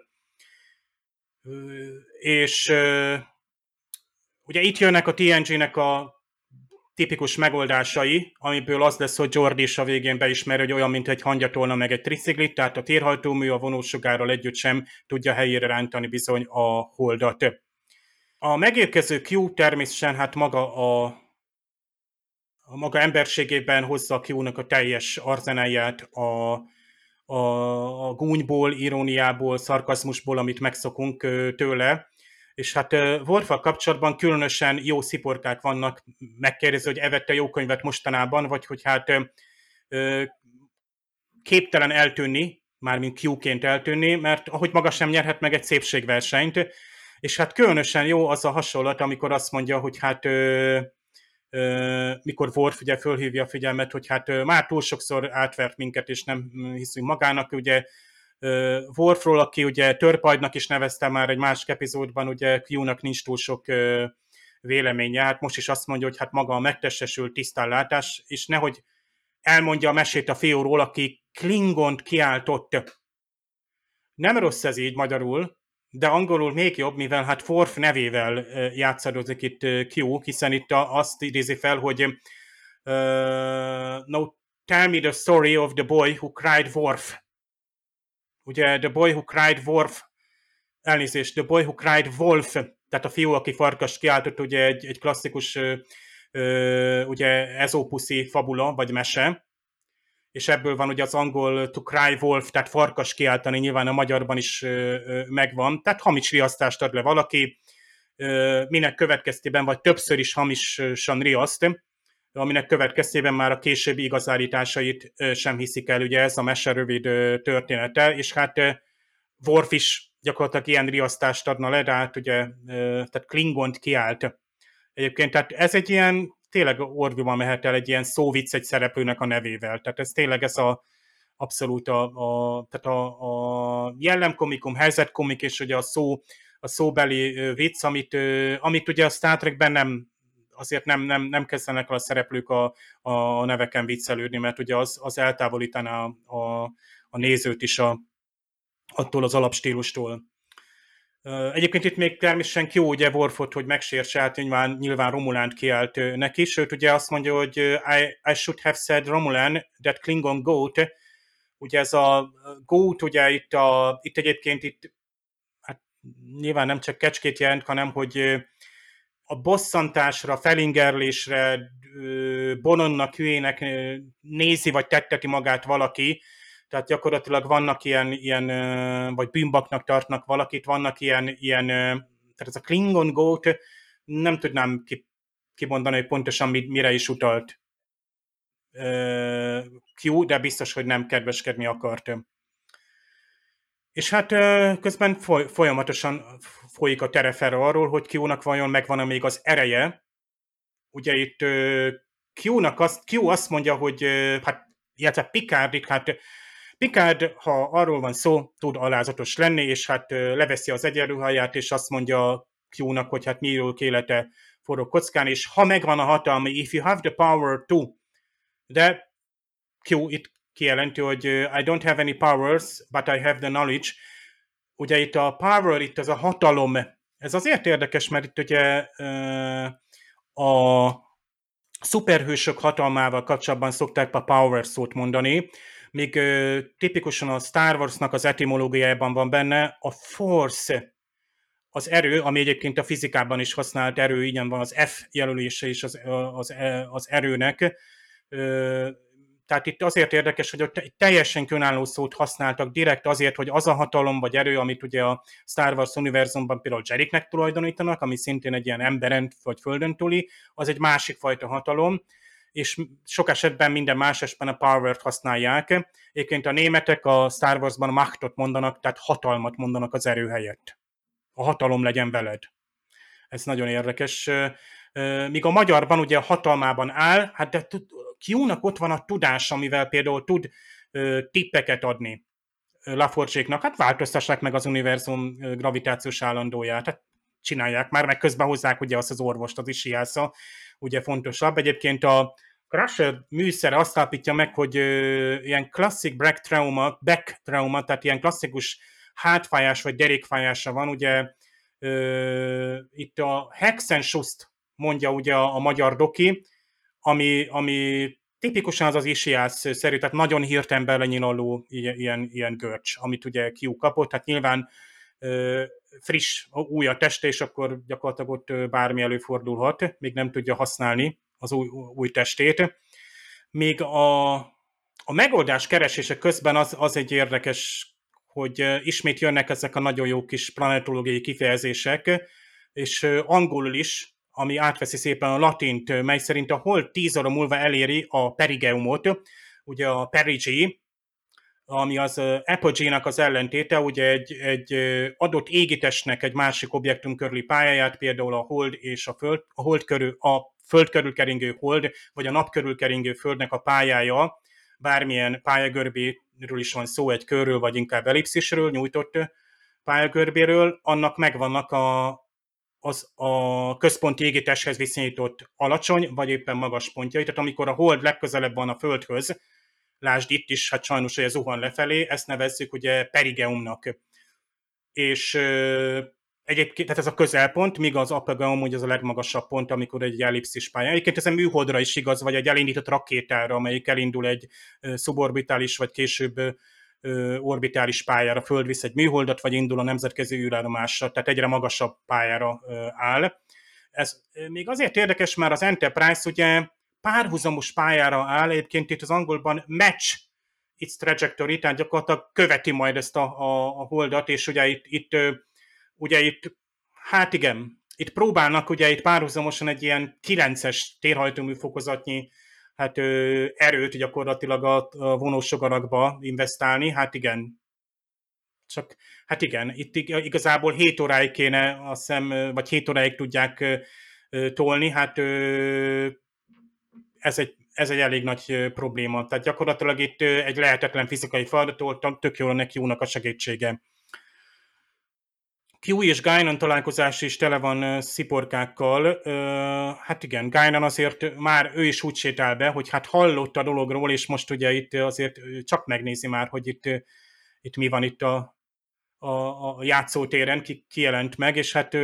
És ugye itt jönnek a TNG-nek a tipikus megoldásai, amiből az lesz, hogy Geordi is a végén beismeri, hogy olyan, mint egy hangyatolna meg egy trisziglit, tehát a térhajtómű a vonósugárral együtt sem tudja helyére rántani bizony a holdat. A megérkező Q természetesen hát maga a maga emberségében hozza a Q-nak a teljes arzenáját a gúnyból, iróniából, szarkazmusból, amit megszokunk tőle. És hát Worf-val kapcsolatban különösen jó sziporkák vannak, megkérdezi, hogy evette jó könyvet mostanában, vagy hogy hát képtelen eltűnni, mármint Q-ként eltűnni, mert ahogy maga sem nyerhet meg egy szépségversenyt, és hát különösen jó az a hasonlat, amikor azt mondja, hogy hát mikor Worf ugye fölhívja a figyelmet, hogy hát már túl sokszor átvert minket, és nem hiszünk magának, ugye Worfról, aki ugye törpajdnak is nevezte már egy másik epizódban, ugye Q-nak nincs túl sok véleménye, hát most is azt mondja, hogy hát maga a megtestesült tisztánlátás, és nehogy elmondja a mesét a fiúról, aki Klingont kiáltott. Nem rossz ez így magyarul, de angolul még jobb, mivel hát Worf nevével játszadozik itt Q, hiszen itt azt idézi fel, hogy no, tell me the story of the boy who cried Worf. Ugye the boy who cried Worf, elnézést, the boy who cried Wolf, tehát a fiú, aki farkast kiáltott, ugye egy klasszikus ugye ezópuszi fabula, vagy mese, és ebből van ugye az angol to cry wolf, tehát farkas kiáltani, nyilván a magyarban is megvan, tehát hamis riasztást ad le valaki, minek következtében, vagy többször is hamisan riaszt, aminek következtében már a későbbi igazállításait sem hiszik el, ugye ez a mese rövid története, és hát Worf is gyakorlatilag ilyen riasztást adna le, de hát ugye, tehát Klingont kiállt. Egyébként, tehát ez egy ilyen, tényleg orviban mehet el egy ilyen szóvic egy szereplőnek a nevével. Tehát ez tényleg ez abszolút tehát a jellemkomikum, helyzetkomik, és ugye a szóbeli vicc, amit ugye a Star Trekben azért nem kezdenek el a szereplők a neveken viccelődni, mert ugye az eltávolítaná a nézőt is attól az alapstílustól. Egyébként itt még természetesen Q ugye Worfot, hogy megsértse, hát nyilván Romulánt kiállt neki, sőt ugye azt mondja, hogy I should have said Romulan, that Klingon goat. Ugye ez a goat, ugye itt egyébként hát nyilván nem csak kecskét jelent, hanem hogy a bosszantásra, felingerlésre, bolondnak, hülyének nézi vagy tetteti magát valaki, tehát gyakorlatilag vannak ilyen vagy bűnbaknak tartnak valakit, vannak ilyen, tehát ez a Klingon goat, nem tudnám kimondani, hogy pontosan mire is utalt Q, de biztos, hogy nem kedveskedni akart. És hát közben folyamatosan folyik a terefere arról, hogy Q-nak vajon megvan még az ereje. Ugye itt Q azt mondja, hogy hát, illetve Picard, ha arról van szó, tud alázatos lenni, és hát leveszi az egyenruháját, és azt mondja Q-nak, hogy hát nyílók élete forró kockán, és ha megvan a hatalma, if you have the power to, de Q itt kijelenti, hogy I don't have any powers, but I have the knowledge. Ugye itt a power, itt az a hatalom, ez azért érdekes, mert itt ugye a szuperhősök hatalmával kapcsolatban szokták a power szót mondani, míg tipikusan a Star Warsnak az etimológiájában van benne a force, az erő, ami egyébként a fizikában is használt erő, igen van az F jelölése is az erőnek. Tehát itt azért érdekes, hogy ott egy teljesen önálló szót használtak direkt azért, hogy az a hatalom vagy erő, amit ugye a Star Wars univerzumban például Jediknek tulajdonítanak, ami szintén egy ilyen emberen vagy földön túli, az egy másik fajta hatalom, és sok esetben minden más esetben a power-t használják. Egyébként a németek a Star Warsban Machtot mondanak, tehát hatalmat mondanak az erő helyett. A hatalom legyen veled. Ez nagyon érdekes. Míg a magyarban ugye a hatalmában áll, hát de Q-nak ott van a tudás, amivel például tud tippeket adni LaForge-éknak. Hát változtassák meg az univerzum gravitációs állandóját. Hát csinálják már, meg közben hozzák ugye azt az orvost, az Ishiasa, ugye fontosabb. Egyébként a Crusher műszere azt állapítja meg, hogy ilyen klasszik back trauma, tehát ilyen klasszikus hátfájás vagy derékfájása van, ugye itt a Hexenschusst mondja ugye a magyar doki, ami tipikusan az Ishias-szerű, tehát nagyon hirtelen belenyilalló ilyen görcs, amit ugye Q kapott, tehát nyilván friss, új a teste, és akkor gyakorlatilag ott bármi előfordulhat, még nem tudja használni az új testét. Még a megoldás keresése közben az egy érdekes, hogy ismét jönnek ezek a nagyon jó kis planetológiai kifejezések, és angolul is, ami átveszi szépen a latint, mely szerint a hold 10 óra múlva eléri a perigeumot, ugye a perigee, ami az apogee-nak az ellentéte, ugye egy adott égitestnek egy másik objektum körüli pályáját, például a hold és a föld körül keringő hold, vagy a nap körül keringő földnek a pályája, bármilyen pályagörbéről is van szó, egy körről, vagy inkább ellipszisről, nyújtott pályagörbéről, annak megvannak a központi égitesthez viszonyított alacsony, vagy éppen magas pontjai. Tehát amikor a hold legközelebb van a Földhöz, lásd itt is, hát sajnos, hogy ez zuhan lefelé, ezt nevezzük ugye perigeumnak. És egyébként, tehát ez a közelpont, míg az apogeum, ugye az a legmagasabb pont, amikor egy ellipszis pálya. Egyébként ez a műholdra is igaz, vagy egy elindított rakétára, amelyik elindul egy szuborbitális, vagy később orbitális pályára, földvisz egy műholdat, vagy indul a nemzetközi űrállomásra, tehát egyre magasabb pályára áll. Ez még azért érdekes, mert az Enterprise ugye párhuzamos pályára áll, egyébként itt az angolban match its trajectory, tehát gyakorlatilag követi majd ezt a holdat, és ugye itt, hát igen, itt próbálnak ugye itt párhuzamosan egy ilyen 9-es térhajtómű fokozatnyi erőt gyakorlatilag a vonósugarakba investálni, hát igen. Csak, hát igen, itt igazából 7 óráig kéne, azt hiszem, vagy 7 óráig tudják tolni, hát ez egy elég nagy probléma. Tehát gyakorlatilag itt egy lehetetlen fizikai feladattól tök jól neki Q-nak a segítsége. Q és Guinan találkozás is tele van sziporkákkal. Hát igen, Guinan azért már ő is úgy sétál be, hogy hát hallott a dologról, és most ugye itt azért csak megnézi már, hogy itt mi van itt a játszótéren, ki jelent meg, és hát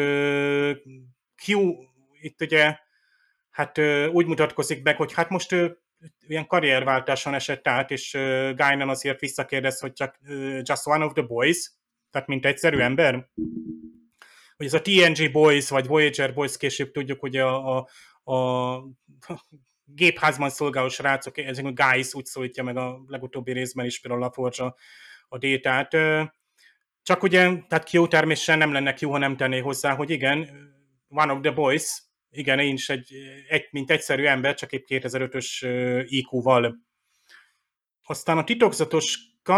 Q itt ugye hát úgy mutatkozik be, hogy hát most ilyen karrierváltáson esett át, és Guinan azért visszakérdez, hogy csak just one of the boys, tehát mint egyszerű ember. Hogy ez a TNG Boys, vagy Voyager Boys, később tudjuk, hogy a gépházban szolgáló srácok, ezek a guys, úgy szólítja meg a legutóbbi részben is például LaForge a Détát. Csak ugye, tehát Q természetesen nem lenne Q, ha nem tenné hozzá, hogy igen, one of the boys, igen, én is mint egyszerű ember, csak épp 2005-ös IQ-val. Aztán a titokzatos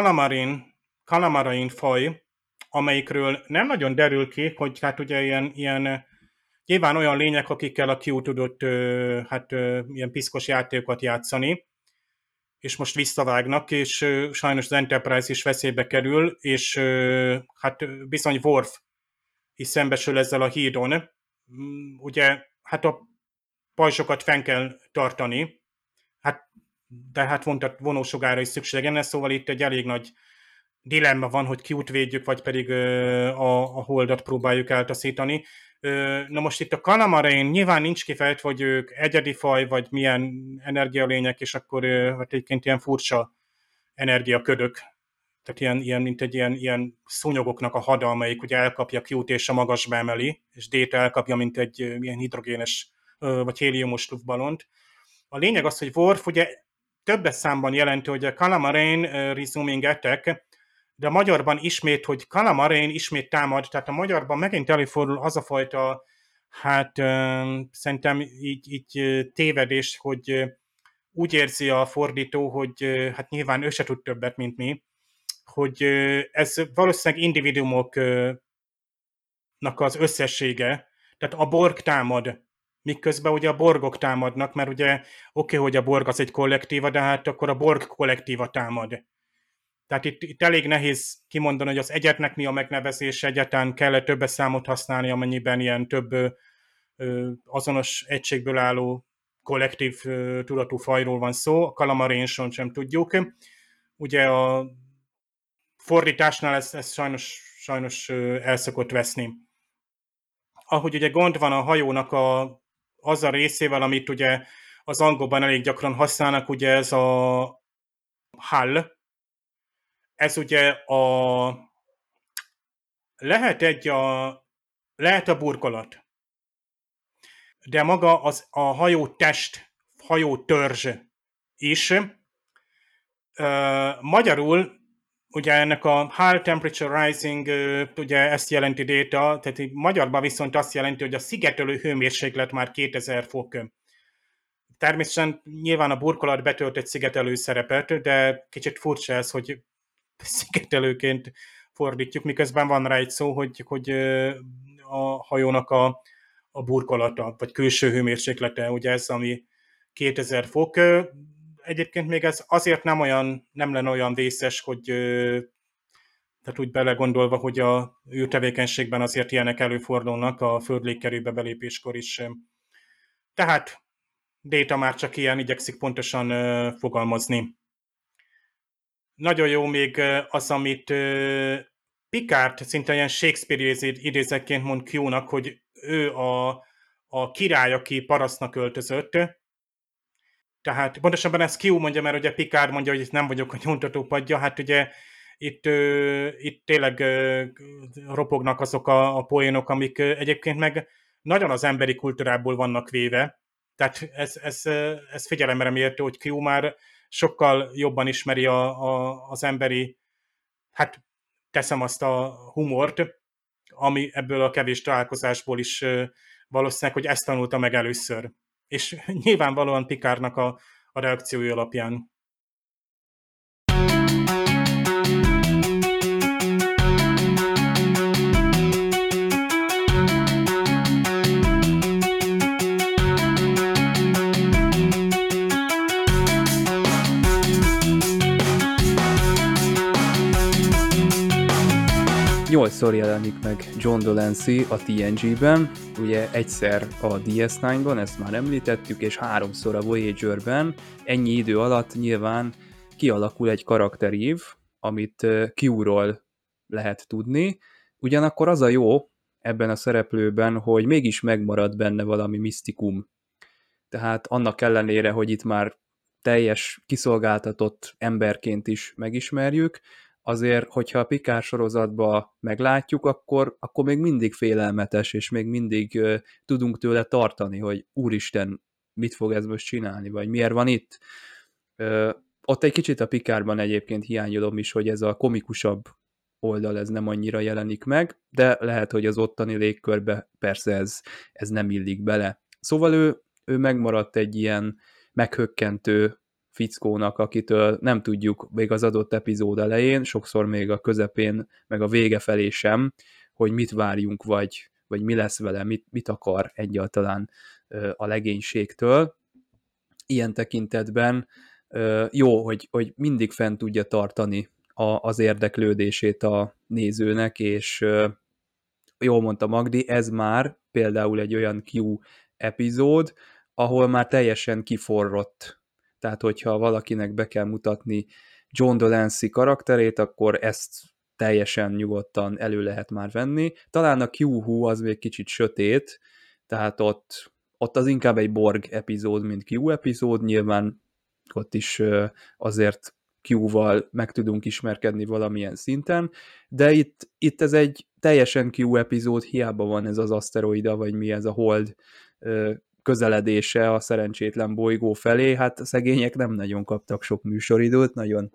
Calamarain faj, amelyikről nem nagyon derül ki, hogy hát ugye ilyen nyilván olyan lények, akikkel a Q tudott ilyen piszkos játékokat játszani, és most visszavágnak, és sajnos az Enterprise is veszélybe kerül, és hát bizony Worf is szembesül ezzel a hídon. Ugye, hát a pajzsokat fenn kell tartani, de hát vonósugára is szükség lenne, szóval itt egy elég nagy dilemma van, hogy Q-t védjük, vagy pedig a holdat próbáljuk eltaszítani. Na most itt a Calamarain nyilván nincs kifejtve, hogy ők egyedi faj, vagy milyen energialények, és akkor hát egyébként ilyen furcsa energiaködök. Tehát ilyen mint egy ilyen szúnyogoknak a hada, amelyik ugye elkapja Q-t és a magasba emeli, és Data elkapja, mint egy ilyen hidrogénes vagy héliumos luftballont. A lényeg az, hogy Worf ugye többes számban jelenti, hogy a Calamarain resuming attack, de a magyarban ismét, hogy Calamarain ismét támad, tehát a magyarban megint előfordul az a fajta, hát szerintem így tévedés, hogy úgy érzi a fordító, hogy hát nyilván ő se tud többet, mint mi, hogy ez valószínűleg individuumoknak az összessége, tehát a Borg támad, miközben ugye a Borgok támadnak, mert ugye oké, hogy a Borg az egy kollektíva, de hát akkor a Borg kollektíva támad. Tehát itt elég nehéz kimondani, hogy az egyetnek mi a megnevezése, egyáltalán kell-e többes számot használni, amennyiben ilyen több azonos egységből álló kollektív tudatú fajról van szó. A Calamarain-son sem tudjuk. Ugye a fordításnál ez sajnos el szokott veszni. Ahogy ugye gond van a hajónak az a részével, amit ugye az angolban elég gyakran használnak, ugye ez a hull. Ez ugye lehet a burkolat, de maga a hajó test, hajó törzs is. Magyarul ugye ennek a High Temperature Rising, ugye ezt jelenti data, tehát magyarban viszont azt jelenti, hogy a szigetelő hőmérséklet már 2000 fok. Természetesen nyilván a burkolat betölt egy szigetelő szerepet, de kicsit furcsa ez, hogy szigetelőként fordítjuk, miközben van rá egy szó, hogy a hajónak a burkolata, vagy külső hőmérséklete, ugye ez, ami 2000 fok. Egyébként még ez azért nem lenne olyan vészes, hogy tehát úgy belegondolva, hogy a űrtevékenységben azért ilyenek előfordulnak a föld légkerébe belépéskor is. Tehát Data már csak ilyen igyekszik pontosan fogalmazni. Nagyon jó még az, amit Picard szinte ilyen Shakespeare idézetként mond Q-nak, hogy ő a király, aki parasztnak öltözött. Tehát pontosabban ezt Q mondja, mert ugye Picard mondja, hogy itt nem vagyok a nyomtatópadja, hát ugye itt tényleg ropognak azok a poénok, amik egyébként meg nagyon az emberi kultúrából vannak véve. Tehát ez figyelemre méltó, hogy Q már sokkal jobban ismeri az emberi, hát teszem azt a humort, ami ebből a kevés találkozásból is valószínűleg, hogy ezt tanulta meg először. És nyilvánvalóan Picardnak a reakciói alapján. Nyolcszor jelenik meg John Delancey a TNG-ben, ugye egyszer a DS9-ban, ezt már említettük, és 3-szor a Voyager-ben. Ennyi idő alatt nyilván kialakul egy karakterív, amit Q-ról lehet tudni. Ugyanakkor az a jó ebben a szereplőben, hogy mégis megmarad benne valami misztikum. Tehát annak ellenére, hogy itt már teljes kiszolgáltatott emberként is megismerjük, azért, hogyha a Picard sorozatban meglátjuk, akkor még mindig félelmetes, és még mindig tudunk tőle tartani, hogy úristen, mit fog ez most csinálni, vagy miért van itt. Ott egy kicsit a Picardban egyébként hiányolom is, hogy ez a komikusabb oldal ez nem annyira jelenik meg, de lehet, hogy az ottani légkörbe persze ez nem illik bele. Szóval ő megmaradt egy ilyen meghökkentő fickónak, akitől nem tudjuk még az adott epizód elején, sokszor még a közepén, meg a vége felé sem, hogy mit várjunk, vagy mi lesz vele, mit akar egyáltalán a legénységtől. Ilyen tekintetben jó, hogy mindig fent tudja tartani az érdeklődését a nézőnek, és jól mondta Magdi, ez már például egy olyan Q epizód, ahol már teljesen kiforrott. Tehát, hogyha valakinek be kell mutatni John Delancey karakterét, akkor ezt teljesen nyugodtan elő lehet már venni. Talán a Q-Who az még kicsit sötét, tehát ott az inkább egy Borg epizód, mint Q epizód, nyilván ott is azért Q-val meg tudunk ismerkedni valamilyen szinten, de itt ez egy teljesen Q epizód, hiába van ez az aszteroida, vagy mi ez a hold közeledése a szerencsétlen bolygó felé, hát a szegények nem nagyon kaptak sok műsoridőt, nagyon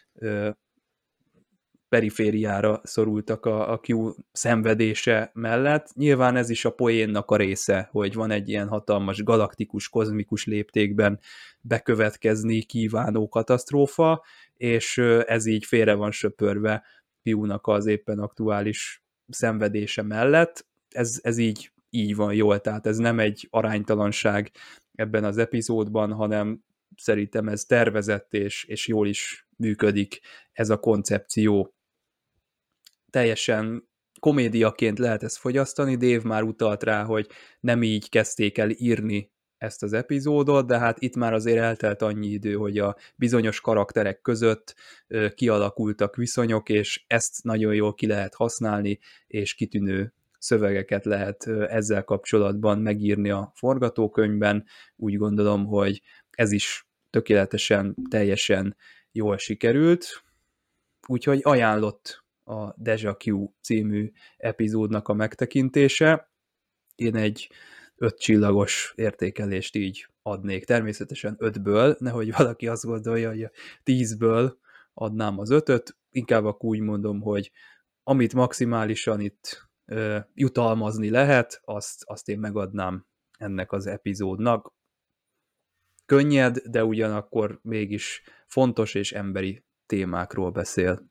perifériára szorultak a Q szenvedése mellett. Nyilván ez is a poénnak a része, hogy van egy ilyen hatalmas galaktikus, kozmikus léptékben bekövetkezni kívánó katasztrófa, és ez így félre van söpörve Q-nak az éppen aktuális szenvedése mellett. Ez így van jól, tehát ez nem egy aránytalanság ebben az epizódban, hanem szerintem ez tervezett és jól is működik ez a koncepció. Teljesen komédiaként lehet ezt fogyasztani, Dave már utalt rá, hogy nem így kezdték el írni ezt az epizódot, de hát itt már azért eltelt annyi idő, hogy a bizonyos karakterek között kialakultak viszonyok, és ezt nagyon jól ki lehet használni, és kitűnő szövegeket lehet ezzel kapcsolatban megírni a forgatókönyvben. Úgy gondolom, hogy ez is tökéletesen, teljesen jól sikerült, úgyhogy ajánlott a Deja Q című epizódnak a megtekintése. Én egy 5 csillagos értékelést így adnék. Természetesen 5-ből, nehogy valaki azt gondolja, hogy a 10-ből adnám az 5-öt, inkább akkor úgy mondom, hogy amit maximálisan itt jutalmazni lehet, azt én megadnám ennek az epizódnak. Könnyed, de ugyanakkor mégis fontos és emberi témákról beszél.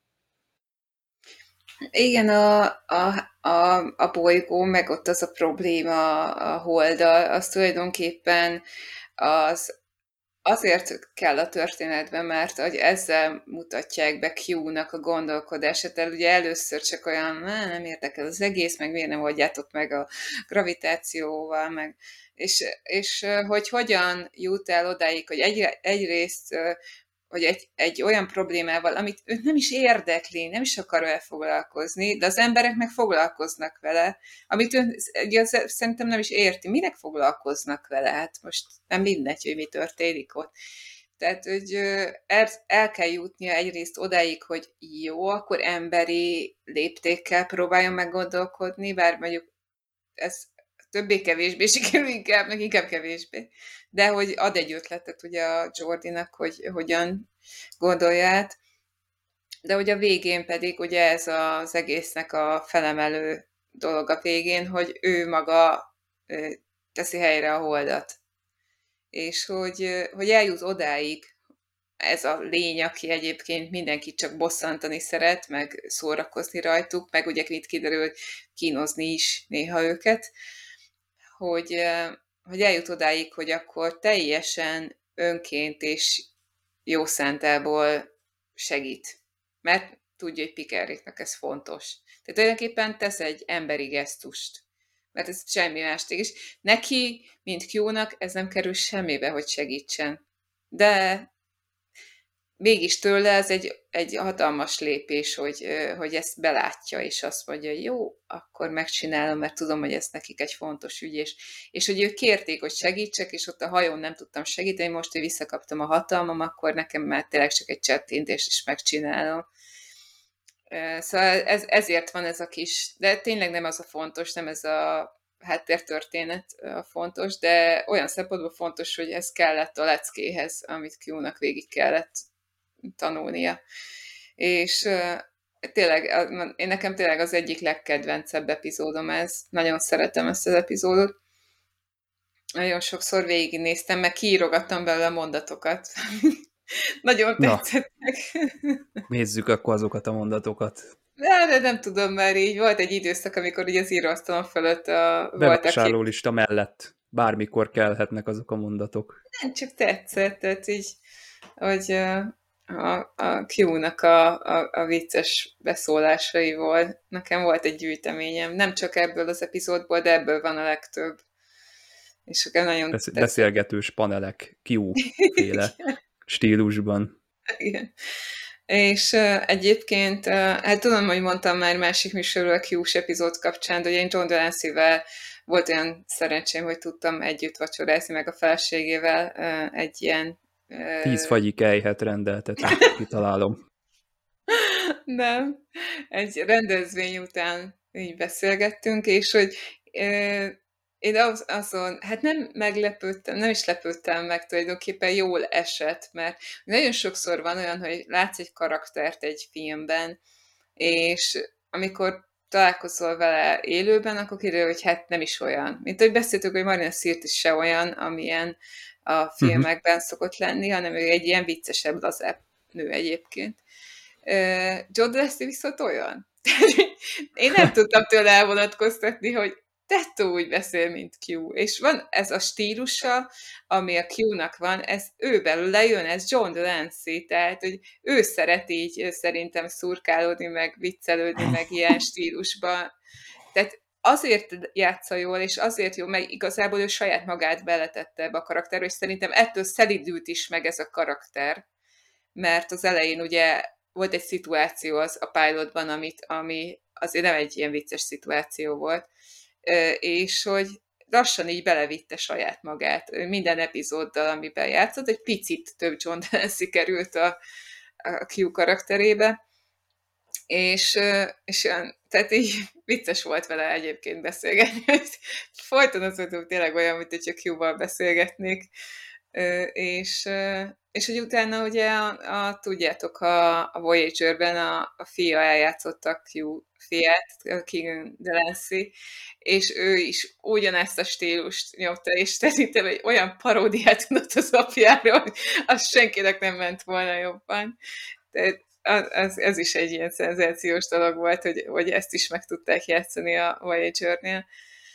Igen, a bolygó, meg ott az a probléma a Holddal, az tulajdonképpen azért kell a történetben, mert hogy ezzel mutatják be Q-nak a gondolkodását. Ugye először csak olyan, nem érdekel az egész, meg miért nem oldjátok meg a gravitációval, meg, és hogy hogyan jut el odáig, hogy egyrészt hogy egy olyan problémával, amit őt nem is érdekli, nem is akar vele foglalkozni, de az emberek meg foglalkoznak vele, amit ő szerintem nem is érti. Minek foglalkoznak vele? Hát most nem mindegy, hogy mi történik ott. Tehát, hogy el kell jutnia egyrészt odáig, hogy jó, akkor emberi léptékkel próbáljon meggondolkodni, bár mondjuk ez többé-kevésbé sikerül, inkább kevésbé. De hogy ad egy ötletet ugye a Geordinak, hogy hogyan gondolja át. De hogy a végén pedig ugye ez az egésznek a felemelő dolog a végén, hogy ő maga teszi helyre a Holdat. És hogy eljut odáig ez a lény, aki egyébként mindenkit csak bosszantani szeret, meg szórakozni rajtuk, meg ugye mit kiderül, kínozni is néha őket, hogy eljut odáig, hogy akkor teljesen önként és jó szántából segít. Mert tudja, hogy Picardéknak ez fontos. Tehát tulajdonképpen tesz egy emberi gesztust. Mert ez semmi más. És neki, mint Q-nak, ez nem kerül semmibe, hogy segítsen. De mégis tőle ez egy hatalmas lépés, hogy ezt belátja, és azt mondja, hogy jó, akkor megcsinálom, mert tudom, hogy ez nekik egy fontos ügy, és hogy ők kérték, hogy segítsek, és ott a hajón nem tudtam segíteni, most, hogy visszakaptam a hatalmam, akkor nekem már tényleg csak egy csettintés, és megcsinálom. Szóval ezért van ez a kis, de tényleg nem az a fontos, nem ez a háttértörténet a fontos, de olyan szempontból fontos, hogy ez kellett a leckéhez, amit Q-nak végig kellett tanulnia. És tényleg, nekem tényleg az egyik legkedvencebb epizódom ez. Nagyon szeretem ezt az epizódot. Nagyon sokszor végignéztem, meg kiírogattam belőle a mondatokat. Nagyon tetszettek. Nézzük akkor azokat a mondatokat. De nem tudom, már így volt egy időszak, amikor ugye az íróasztalon fölött voltak... Bevásárlólista mellett bármikor kellhetnek azok a mondatok. Nem, csak tetszett, tehát így, hogy a Q-nak a vicces beszólásaiból. Nekem volt egy gyűjteményem, nem csak ebből az epizódból, de ebből van a legtöbb. És nagyon beszélgetős panelek Q-féle stílusban. Igen. És egyébként, hát tudom, hogy mondtam már másik műsorról a Q-s epizód kapcsán, de én John Delancey-vel volt olyan szerencsém, hogy tudtam együtt vacsorázni, meg a feleségével egy ilyen 10 fagyi kejhet rendeltetek, kitalálom. Nem. Egy rendezvény után így beszélgettünk, és hogy én azon, hát nem meglepődtem, nem is lepődtem meg, tulajdonképpen jól esett, mert nagyon sokszor van olyan, hogy látsz egy karaktert egy filmben, és amikor találkozol vele élőben, akkor kiderül, hogy hát nem is olyan. Mint ahogy beszéltük, hogy Marina Sirtis is se olyan, amilyen a filmekben szokott lenni, hanem ő egy ilyen viccesebb, lazább nő egyébként. John Delancey viszont olyan. Én nem tudtam tőle elvonatkoztatni, hogy tettó úgy beszél, mint Q. És van ez a stílusa, ami a Q-nak van, ez ő belőle jön, ez John Delancey, tehát hogy ő szeret így szerintem szurkálódni, meg viccelődni, meg ilyen stílusban. Tehát azért játsza jól, és azért jó, meg igazából ő saját magát beletette ebbe a karakterbe, és szerintem ettől szelidült is meg ez a karakter, mert az elején ugye volt egy szituáció az a pilotban, ami azért nem egy ilyen vicces szituáció volt, és hogy lassan így belevitte saját magát. Minden epizóddal, amiben játszott, egy picit több John Delancey került a Q karakterébe, és tehát így vicces volt vele egyébként beszélgetni. Folyton az volt tényleg olyan, mint hogyha Q-val beszélgetnék, és és hogy utána ugye tudjátok, a Voyager-ben a fia eljátszotta a Q fiát, a Keegan Delancey, és ő is ugyanezt a stílust nyomta, és szerintem egy olyan paródiát tudott az apjáról, hogy az senkinek nem ment volna jobban. Tehát ez is egy ilyen szenzációs dolog volt, hogy ezt is meg tudták játszani a Voyager-nél.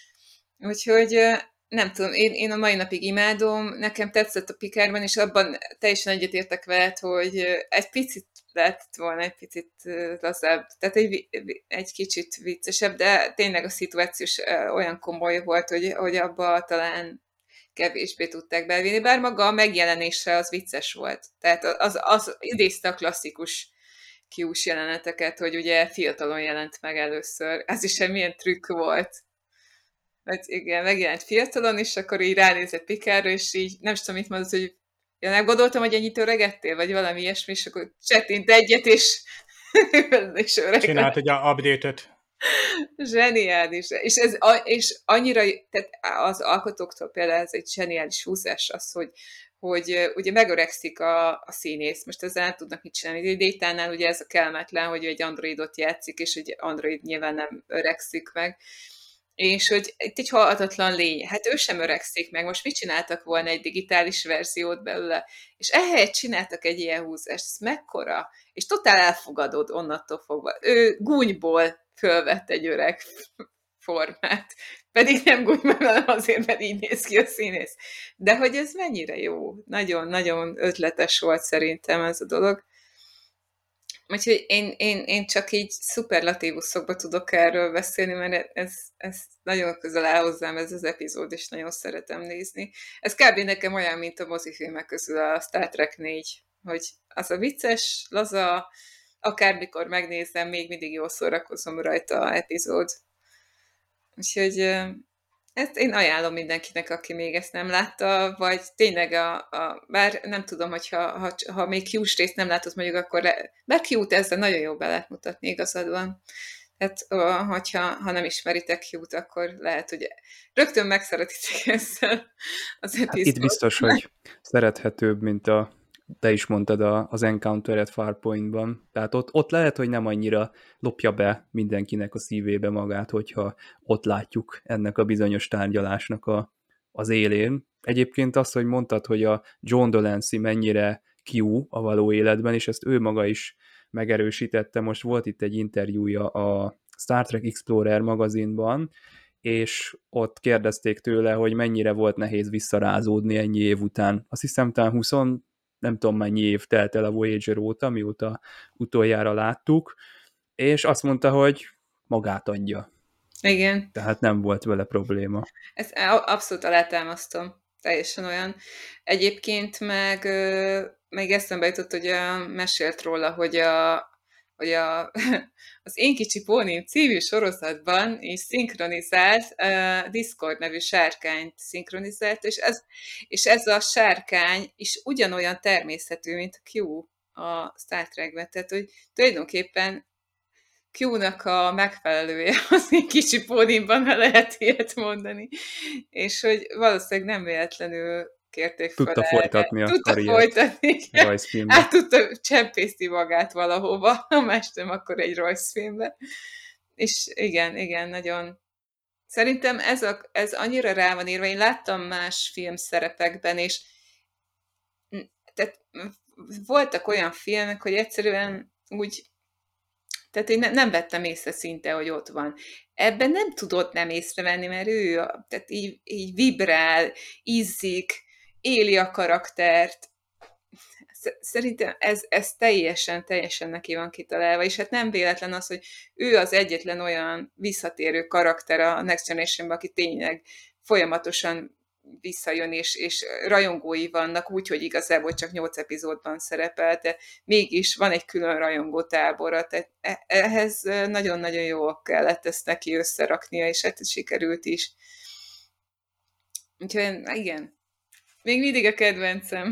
Úgyhogy nem tudom, én a mai napig imádom, nekem tetszett a Picardban, és abban teljesen egyetértek veled, hogy egy picit lett volna egy picit lazább, tehát egy kicsit viccesebb, de tényleg a szituációs olyan komoly volt, hogy abba talán kevésbé tudták belvinni, bár maga a megjelenése az vicces volt. Tehát az idézte a klasszikus Q-s jeleneteket, hogy ugye fiatalon jelent meg először. Ez is egy milyen trükk volt. Hogy igen, megjelent fiatalon, és akkor így ránézett Picardra, és így nem is tudom, mit mondott, hogy ja, nem gondoltam, hogy ennyit öregettél, vagy valami ilyesmi, és akkor csettint egyet, és öregett. Csinált egy update-öt. Zseniális. És annyira, tehát az alkotóktól például ez egy zseniális húzás az, hogy ugye megöregszik a színész. Most ezzel nem tudnak mit csinálni. Détánál ugye ez a kellemetlen, hogy egy androidot játszik, és egy android nyilván nem öregszik meg. És hogy itt egy halhatatlan lény. Hát ő sem öregszik meg. Most mit csináltak volna egy digitális verziót belőle? És ehelyett csináltak egy ilyen húzást. Ez mekkora? És totál elfogadod onnantól fogva. Ő gúnyból fölvett egy öreg formát. Pedig nem gúnyból, hanem azért, mert így néz ki a színész. De hogy ez mennyire jó. Nagyon-nagyon ötletes volt szerintem ez a dolog. Úgyhogy én csak így szuperlatívuszokba tudok erről beszélni, mert ez nagyon közel áll hozzám ez az epizód, és nagyon szeretem nézni. Ez kb. Nekem olyan, mint a mozifilmek közül a Star Trek 4, hogy az a vicces, laza, akármikor megnézem, még mindig jól szórakozom rajta epizód. Úgyhogy ezt én ajánlom mindenkinek, aki még ezt nem látta, vagy tényleg bár nem tudom, ha még Q-s részt nem látott mondjuk, akkor bár Q-t ezzel nagyon jól be lehet mutatni, igazad van. Tehát, ha nem ismeritek Q-t, akkor lehet, hogy rögtön megszeretitek ezzel az epizódot. Hát itt biztos, hogy szerethetőbb, mint te is mondtad az Encounter at Farpointban. Tehát ott lehet, hogy nem annyira lopja be mindenkinek a szívébe magát, hogyha ott látjuk ennek a bizonyos tárgyalásnak az élén. Egyébként azt, hogy mondtad, hogy a John Delancey mennyire Q a való életben, és ezt ő maga is megerősítette. Most volt itt egy interjúja a Star Trek Explorer magazinban, és ott kérdezték tőle, hogy mennyire volt nehéz visszarázódni ennyi év után. Azt hiszem, talán 20 nem tudom mennyi év telt el a Voyager óta, mióta utoljára láttuk, és azt mondta, hogy magát adja. Igen. Tehát nem volt vele probléma. Ezt abszolút alátámasztom. Teljesen olyan. Egyébként meg eszembe jutott, hogy mesélt róla, hogy az Én kicsi pónim című sorozatban is szinkronizált, Discord nevű sárkányt szinkronizált, és ez a sárkány is ugyanolyan természetű, mint a Q a Star Trekben. Tehát, hogy tulajdonképpen Q-nak a megfelelője az Én kicsi pónimban, ha lehet ilyet mondani. És hogy valószínűleg nem véletlenül kérték fel. Tudta folytatni a karriert. Folytatni. Át tudta csempészni magát valahova, ha más nem, akkor egy rajzfilmbe. És igen, nagyon... Szerintem ez annyira rá van írva. Én láttam más filmszerepekben, és tehát voltak olyan filmek, hogy egyszerűen úgy, tehát én nem vettem észre szinte, hogy ott van. Ebben nem tudott nem észrevenni, mert ő tehát így vibrál, izzik, éli a karaktert. Szerintem ez teljesen neki van kitalálva, és hát nem véletlen az, hogy ő az egyetlen olyan visszatérő karakter a Next Generation-ben, aki tényleg folyamatosan visszajön, és rajongói vannak, úgyhogy igazából csak 8 epizódban szerepel, de mégis van egy külön rajongó tábora, tehát ehhez nagyon-nagyon jól kellett ezt neki összeraknia, és hát sikerült is. Úgyhogy igen, még mindig a kedvencem.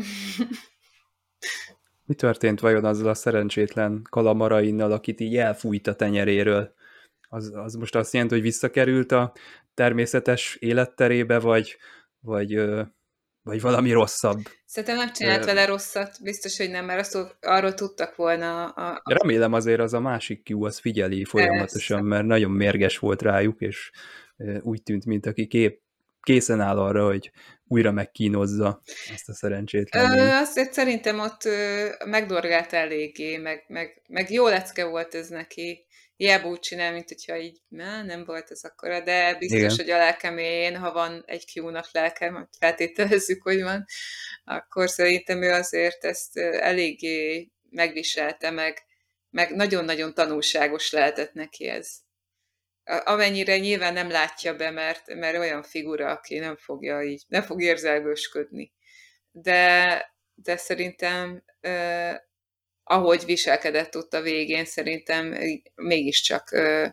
Mi történt vajon azzal a szerencsétlen Kalamarainnal, akit így elfújt a tenyeréről? Az most azt jelenti, hogy visszakerült a természetes életterébe, vagy Vagy valami rosszabb. Szerintem nem csinált vele rosszat, biztos, hogy nem, mert arról tudtak volna. Remélem azért az a másik Q az figyeli folyamatosan, mert nagyon mérges volt rájuk, és úgy tűnt, mint aki készen áll arra, hogy újra megkínozza azt a szerencsétlen lényt. Azért szerintem ott megdorgált eléggé, meg jó lecke volt ez neki. Hiába úgy csinál, mint hogyha így nem volt ez akkora, de biztos, Igen. hogy a lelkeméjén, ha van egy Q-nak lelke, feltételezzük, hogy van, akkor szerintem ő azért ezt eléggé megviselte, meg nagyon-nagyon tanulságos lehetett neki ez. Amennyire nyilván nem látja be, mert olyan figura, aki nem fog érzelgősködni. De szerintem ahogy viselkedett ott a végén, szerintem mégiscsak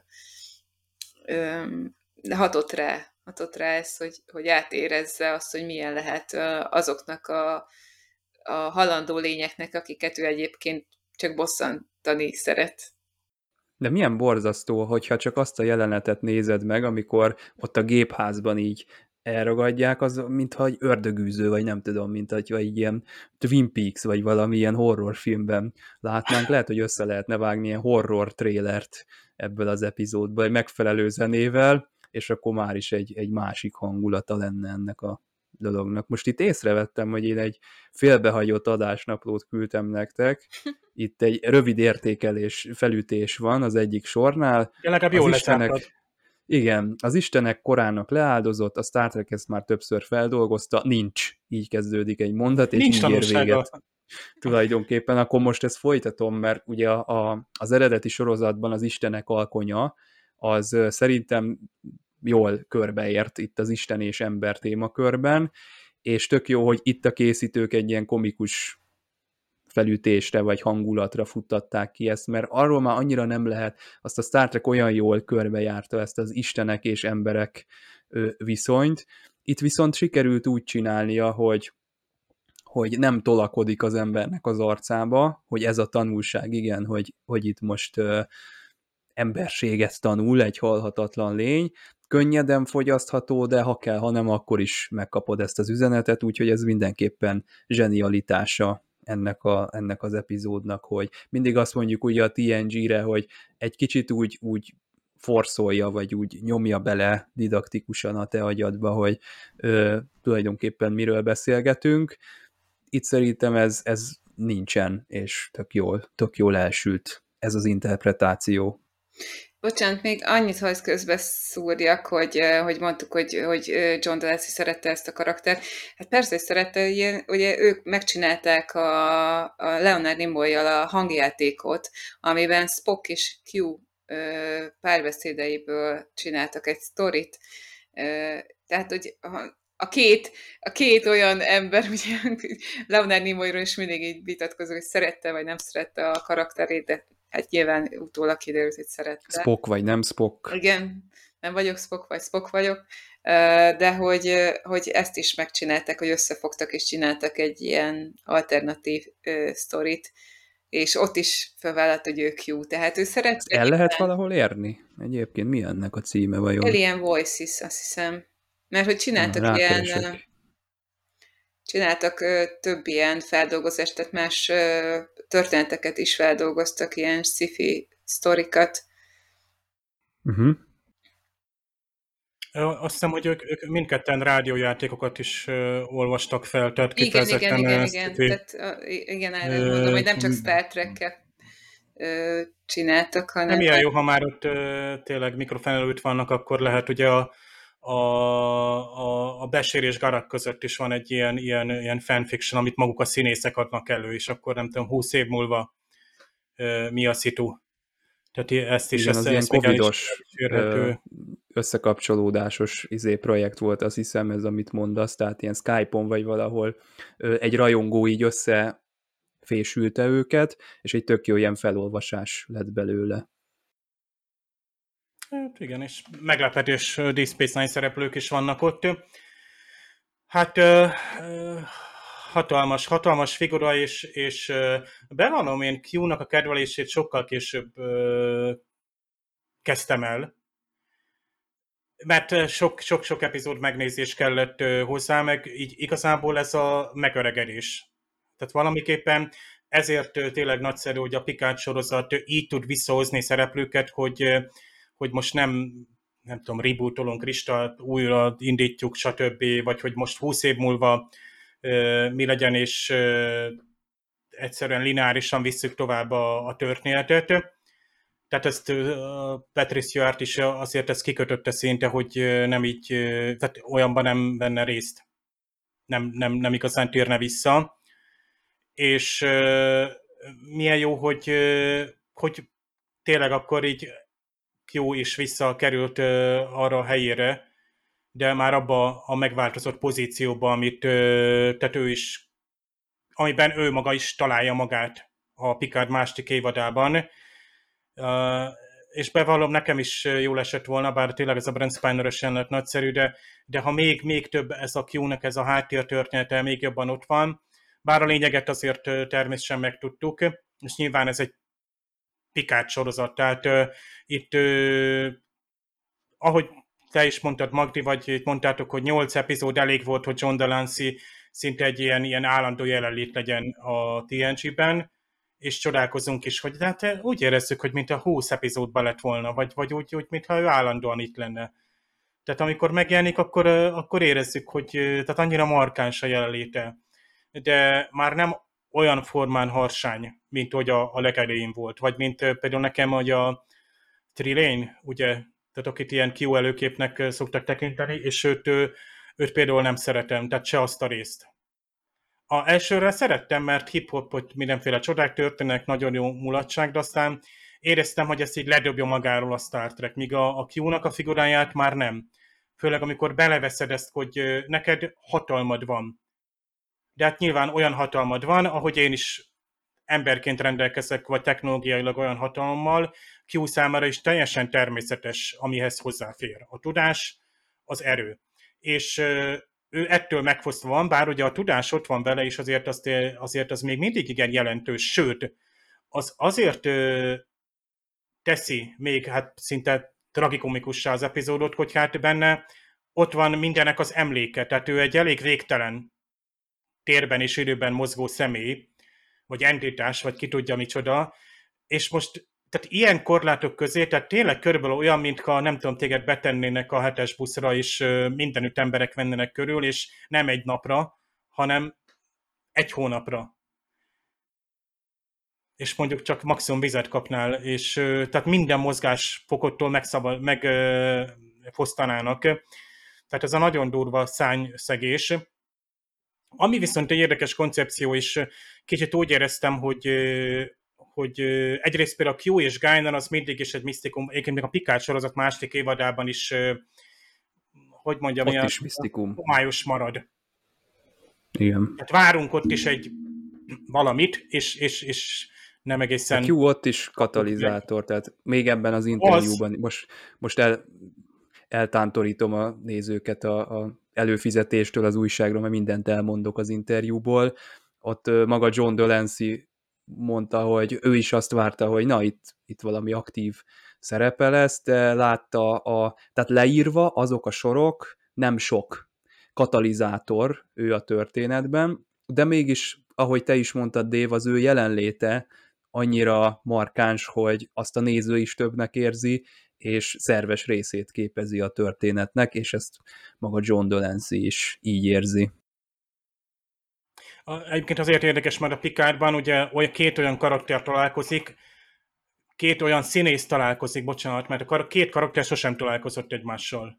hatott rá ez, hogy átérezze azt, hogy milyen lehet azoknak a halandó lényeknek, akiket ő egyébként csak bosszantani szeret. De milyen borzasztó, hogyha csak azt a jelenetet nézed meg, amikor ott a gépházban így elragadják, az mintha egy ördögűző, vagy nem tudom, mint egy ilyen Twin Peaks, vagy valami ilyen horrorfilmben látnánk. Lehet, hogy össze lehetne vágni ilyen horror trailert ebből az epizódból, egy megfelelő zenével, és akkor már is egy másik hangulata lenne ennek a dolognak. Most itt észrevettem, hogy én egy félbehagyott adásnaplót küldtem nektek. Itt egy rövid értékelés, felütés van az egyik sornál. Ja, legalább jól leszálltad. Igen, az Istenek korának leáldozott, a Star Trek ezt már többször feldolgozta, nincs. Így kezdődik egy mondat, és Nincs így ér véget. tanulsága. Tulajdonképpen akkor most ezt folytatom, mert ugye az eredeti sorozatban az Istenek alkonya, az szerintem jól körbeért itt az Isten és ember témakörben, és tök jó, hogy itt a készítők egy ilyen komikus felütésre vagy hangulatra futtatták ki ezt, mert arról már annyira nem lehet, azt a Star Trek olyan jól körbejárta ezt az istenek és emberek viszonyt. Itt viszont sikerült úgy csinálnia, hogy nem tolakodik az embernek az arcába, hogy ez a tanulság, igen, hogy itt most emberséget tanul egy halhatatlan lény, könnyeden fogyasztható, de ha kell, ha nem, akkor is megkapod ezt az üzenetet, úgyhogy ez mindenképpen zsenialitása ennek az epizódnak, hogy mindig azt mondjuk ugye a TNG-re, hogy egy kicsit úgy forszolja, vagy úgy nyomja bele didaktikusan a te agyadba, hogy tulajdonképpen miről beszélgetünk. Itt szerintem ez nincsen, és tök jól elsült ez az interpretáció. Bocsánat, még annyit, hogy közbe szúrjak, hogy mondtuk, hogy John de Lancey szerette ezt a karaktert. Hát persze, hogy szerette, ugye ők megcsinálták a Leonard Nimoy-jal a hangjátékot, amiben Spock és Q párbeszédeiből csináltak egy sztorit. Tehát, hogy a két olyan ember, ugye Leonard Nimoyról is mindig így vitatkozó, hogy szerette vagy nem szerette a karakterét, de hát nyilván utólag kiderült, hogy szerette. Spock vagy nem Spock. Igen, nem vagyok Spock, vagy Spock vagyok, de hogy ezt is megcsinálták, hogy összefogtak és csináltak egy ilyen alternatív sztorit, és ott is felvállalt, hogy ő Q, tehát ő szerette. El lehet valahol érni? Egyébként mi ennek a címe vajon? Alien Voices, azt hiszem. Mert hogy csináltak több ilyen feldolgozást, tehát más történeteket is feldolgoztak, ilyen sci-fi sztorikat. Uh-huh. Azt hiszem, hogy ők mindketten rádiójátékokat is olvastak fel, tehát Igen. Tehát, erre mondom, hogy nem csak Star Trek-kel csináltak, hanem... Nem ilyen jó, ha már ott tényleg mikrofon előtt vannak, akkor lehet ugye a Bashir és Garak között is van egy ilyen fanfiction, amit maguk a színészek adnak elő, és akkor nem tudom, 20 év múlva mi a szitu. Tehát ezt is... Igen, az ilyen covidos összekapcsolódásos projekt volt, azt hiszem, ez, amit mondasz, tehát ilyen Skype-on vagy valahol egy rajongó így összefésülte őket, és egy tök jó ilyen felolvasás lett belőle. Hát igen, és meglepetés Deep Space Nine szereplők is vannak ott. Hát hatalmas figura, és bevallom, én Q-nak a kedvelését sokkal később kezdtem el. mert sok epizód megnézés kellett hozzá, meg így igazából ez a megöregedés. Tehát valamiképpen ezért tényleg nagyszerű, hogy a Picard sorozat így tud visszahozni szereplőket, hogy most nem tudom, rebootolunk, restart, újra indítjuk, stb., vagy hogy most 20 év múlva mi legyen, és egyszerűen lineárisan visszük tovább a történetet. Tehát ezt Patrick Stewart is azért ezt kikötötte szinte, hogy nem így, tehát olyanban nem venne részt. Nem igazán térne vissza. És milyen jó, hogy tényleg akkor így Q is visszakerült arra a helyére, de már abba a megváltozott pozícióba, tehát ő is, amiben ő maga is találja magát a Picard második évadában. És bevallom, nekem is jól esett volna, bár tényleg ez a Brent Spiner-ös jelenet nagyszerű, de ha még több ez a Q-nek, ez a háttértörténete még jobban ott van, bár a lényeget azért természetesen megtudtuk, és nyilván ez egy Picard sorozat, tehát itt, ahogy te is mondtad, Magdi, vagy itt mondtátok, hogy 8 epizód elég volt, hogy John Delancey szinte egy ilyen állandó jelenlét legyen a TNG-ben, és csodálkozunk is, hogy hát úgy érezzük, hogy mint a 20 epizódban lett volna, vagy úgy, mintha ő állandóan itt lenne. Tehát amikor megjelenik, akkor érezzük, hogy tehát annyira markáns a jelenléte. De már nem olyan formán harsány, mint hogy a legelején volt. Vagy mint például nekem, hogy a Trilane, ugye, tehát akit ilyen Q előképnek szoktak tekinteni, és őt például nem szeretem, tehát se azt a részt. A elsőre szerettem, mert hip-hopot mindenféle csodák történnek, nagyon jó mulatság, de aztán éreztem, hogy ezt így ledobja magáról a Star Trek, míg a Q-nak a figuráját már nem. Főleg amikor beleveszed ezt, hogy neked hatalmad van. De hát nyilván olyan hatalmad van, ahogy én is emberként rendelkezek, vagy technológiailag olyan hatalommal, Q számára is teljesen természetes, amihez hozzáfér. A tudás, az erő. És ő ettől megfosztva van, bár ugye a tudás ott van vele, és azért az még mindig igen jelentős, sőt, az azért teszi még hát szinte tragikomikussá az epizódot, hogy hát benne ott van mindenek az emléke, tehát ő egy elég végtelen térben és időben mozgó személy, vagy entitás, vagy ki tudja micsoda, és most tehát ilyen korlátok közé, tehát tényleg körülbelül olyan, mintha nem tudom, téged betennének a 7-es buszra, és mindenütt emberek vennének körül, és nem egy napra, hanem egy hónapra. És mondjuk csak maximum vizet kapnál, és tehát minden mozgásfokottól megfosztanának. Tehát ez a nagyon durva szárnyszegés. Ami viszont egy érdekes koncepció, és kicsit úgy éreztem, hogy egyrészt például a Q és Guinan az mindig is egy misztikum, egyébként még a Picard sorozat második évadában is, hogy mondjam, ott is misztikum. Homályos marad. Igen. Tehát várunk ott is egy valamit, és nem egészen... A Q ott is katalizátor, tehát még ebben az interjúban, most eltántorítom a nézőket a előfizetéstől az újságról, mert mindent elmondok az interjúból. Ott maga John Delancey mondta, hogy ő is azt várta, hogy na, itt valami aktív szerepe lesz, de látta, tehát leírva azok a sorok, nem sok katalizátor ő a történetben, de mégis, ahogy te is mondtad, Dave, az ő jelenléte annyira markáns, hogy azt a néző is többnek érzi, és szerves részét képezi a történetnek, és ezt maga John Delancey is így érzi. Egyébként azért érdekes, mert a Picardban ugye két olyan karakter találkozik, két olyan színész találkozik, bocsánat, mert a két karakter sosem találkozott egymással,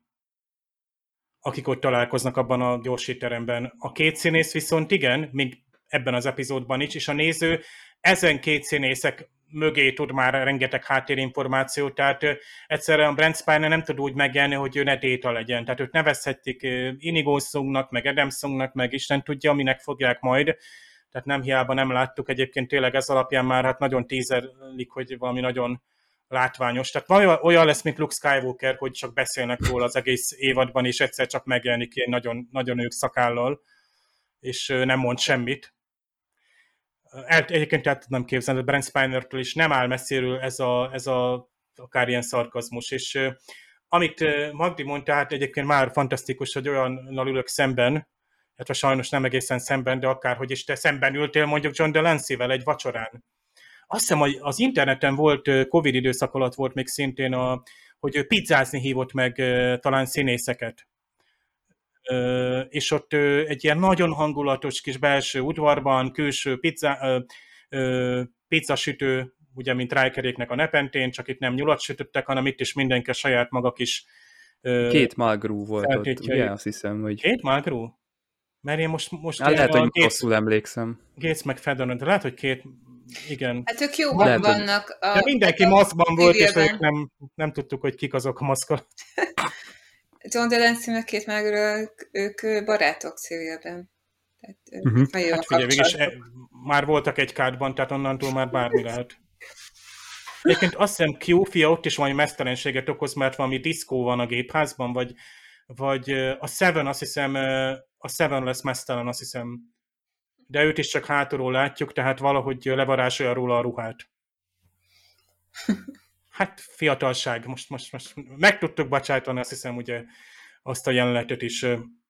akik ott találkoznak abban a gyorsíteremben. A két színész viszont igen, mint ebben az epizódban is, és a néző ezen két színészek mögé tud már rengeteg háttérinformációt, tehát egyszerűen Brent Spiner nem tud úgy megjelenni, hogy ő ne Data legyen. Tehát őt nevezhették Inigo Songnak, meg Adam Songnak, meg Isten tudja, minek fogják majd. Tehát nem hiába nem láttuk, egyébként tényleg ez alapján már hát nagyon tízerlik, hogy valami nagyon látványos. Tehát olyan lesz, mint Luke Skywalker, hogy csak beszélnek róla az egész évadban, és egyszer csak megjelenik ilyen nagyon, nagyon ők szakállal, és nem mond semmit. Egyébként el tudnám képzelni, hogy Brent Spinertől is nem áll messziről ez a akár ilyen szarkazmus, és amit Magdi mondta, hát egyébként már fantasztikus, hogy olyannal ülök szemben, hát sajnos nem egészen szemben, de akárhogy is te szemben ültél mondjuk John Delancey-vel egy vacsorán. Azt hiszem, hogy az interneten volt, Covid időszak alatt volt még szintén, hogy ő pizzázni hívott meg talán színészeket. És ott egy ilyen nagyon hangulatos kis belső udvarban, külső pizzasütő, ugye, mint Rikeréknek a Nepentén, csak itt nem nyulat sütöttek, hanem itt is mindenki a saját maga kis Két Mulgrew volt ott, feltétjei. ugye? Azt hiszem, hogy... Két Mulgrew? Mert én most lehet, hogy rosszul emlékszem. Gates meg Fedon, de lehet, hogy két, igen. Hát ők jóban vannak. De mindenki maszkban volt, és nem tudtuk, hogy kik azok a maszkok. John Delancey meg Kate Mulgrew, ők barátok Civilben. Hát figyelj, végig már voltak egy kádban, tehát onnantól már bármi lehet. Egyébként azt hiszem Q-fia ott is valami mesztelenséget okoz, mert valami diszkó van a gépházban, vagy a Seven, azt hiszem, a Seven lesz mesztelen, azt hiszem. De őt is csak hátulról látjuk, tehát valahogy levarázsolja róla a ruhát. Hát fiatalság, most meg tudtuk bocsájtani, azt hiszem, ugye azt a jelenetet is.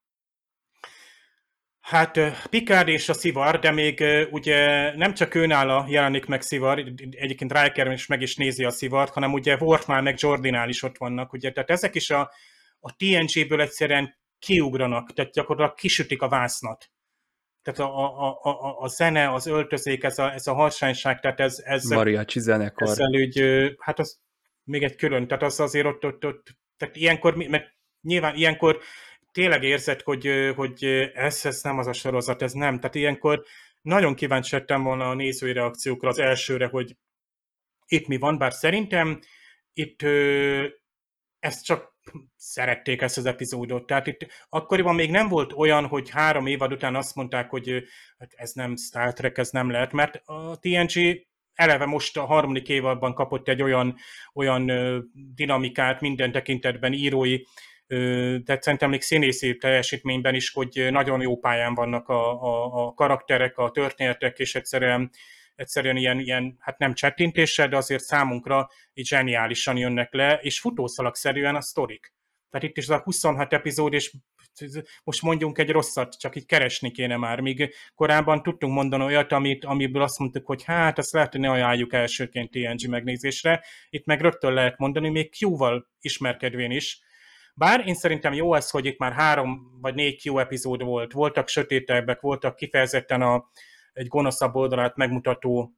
Hát Picard és a szivar, de még ugye nem csak őnála jelenik meg szivar, egyébként Riker is meg is nézi a szivart, hanem ugye Worfnál meg Geordi-nál is ott vannak, ugye, tehát ezek is a TNG-ből egyszerűen kiugranak, tehát gyakorlatilag kisütik a vásznat. Tehát a zene, az öltözék, ez a harsányság, tehát ez mariachi zenekar. Ezzel úgy, hát az még egy külön, tehát az azért ott tehát ilyenkor, mert nyilván ilyenkor tényleg érzed, hogy ez nem az a sorozat, ez nem. Tehát ilyenkor nagyon kíváncsi lettem volna a nézői reakciókra az elsőre, hogy itt mi van, bár szerintem itt ezt csak szerették ezt az epizódot. Tehát itt akkoriban még nem volt olyan, hogy 3 évad után azt mondták, hogy hát ez nem Star Trek, ez nem lehet, mert a TNG eleve most a 3. évadban kapott egy olyan dinamikát minden tekintetben, írói, de szerintem még színészi teljesítményben is, hogy nagyon jó pályán vannak a karakterek, a történetek, és egyszerűen ilyen, hát nem csettintéssel, de azért számunkra így zseniálisan jönnek le, és futószalagszerűen a sztorik. Tehát itt is a 26 epizód, és most mondjunk egy rosszat, csak így keresni kéne már, míg korábban tudtunk mondani olyat, amiből azt mondtuk, hogy hát azt lehet, hogy ne ajánljuk elsőként TNG megnézésre, itt meg rögtön lehet mondani, még Q-val ismerkedvén is. Bár én szerintem jó ez, hogy itt már 3 vagy 4 Q epizód volt, voltak sötétebbek, voltak kifejezetten egy gonoszabb oldalát megmutató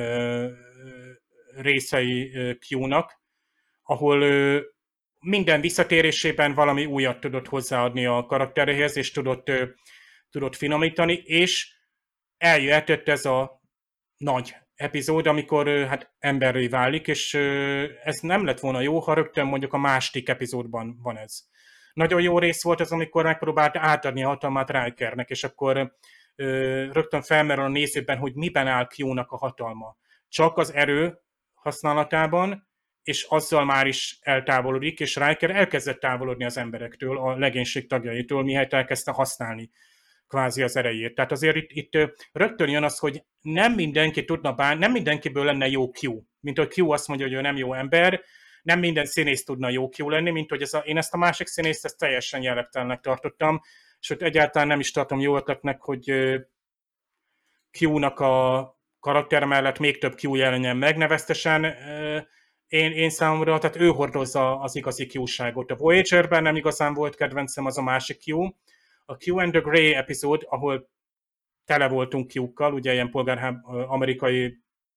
részei Q-nak, ahol minden visszatérésében valami újat tudott hozzáadni a karakteréhez, és tudott finomítani, és eljöhetett ez a nagy epizód, amikor hát emberré válik, és ez nem lett volna jó, ha rögtön mondjuk a második epizódban van ez. Nagyon jó rész volt az, amikor megpróbált átadni a hatalmát Rikernek, és akkor rögtön felmerül a nézőben, hogy miben áll Q-nak a hatalma. Csak az erő használatában, és azzal már is eltávolodik, és Riker elkezdett távolodni az emberektől, a legénység tagjaitól, mihelyt elkezdte használni kvázi az erejét. Tehát azért itt rögtön jön az, hogy nem mindenki tudna nem mindenkiből lenne jó Q. Mint hogy Q azt mondja, hogy ő nem jó ember, nem minden színész tudna jó Q lenni, mint hogy én ezt a másik színészt ezt teljesen jellegtelennek tartottam, és ott egyáltalán nem is tartom jó ötletnek, hogy Q-nak a karakter mellett még több Q jelenjen meg, neveztesen én számomra, tehát ő hordozza az igazi Q-ságot. A Voyager-ben nem igazán volt kedvencem az a másik Q. A Q and the Grey epizód, ahol tele voltunk Q-kkal, ugye ilyen amerikai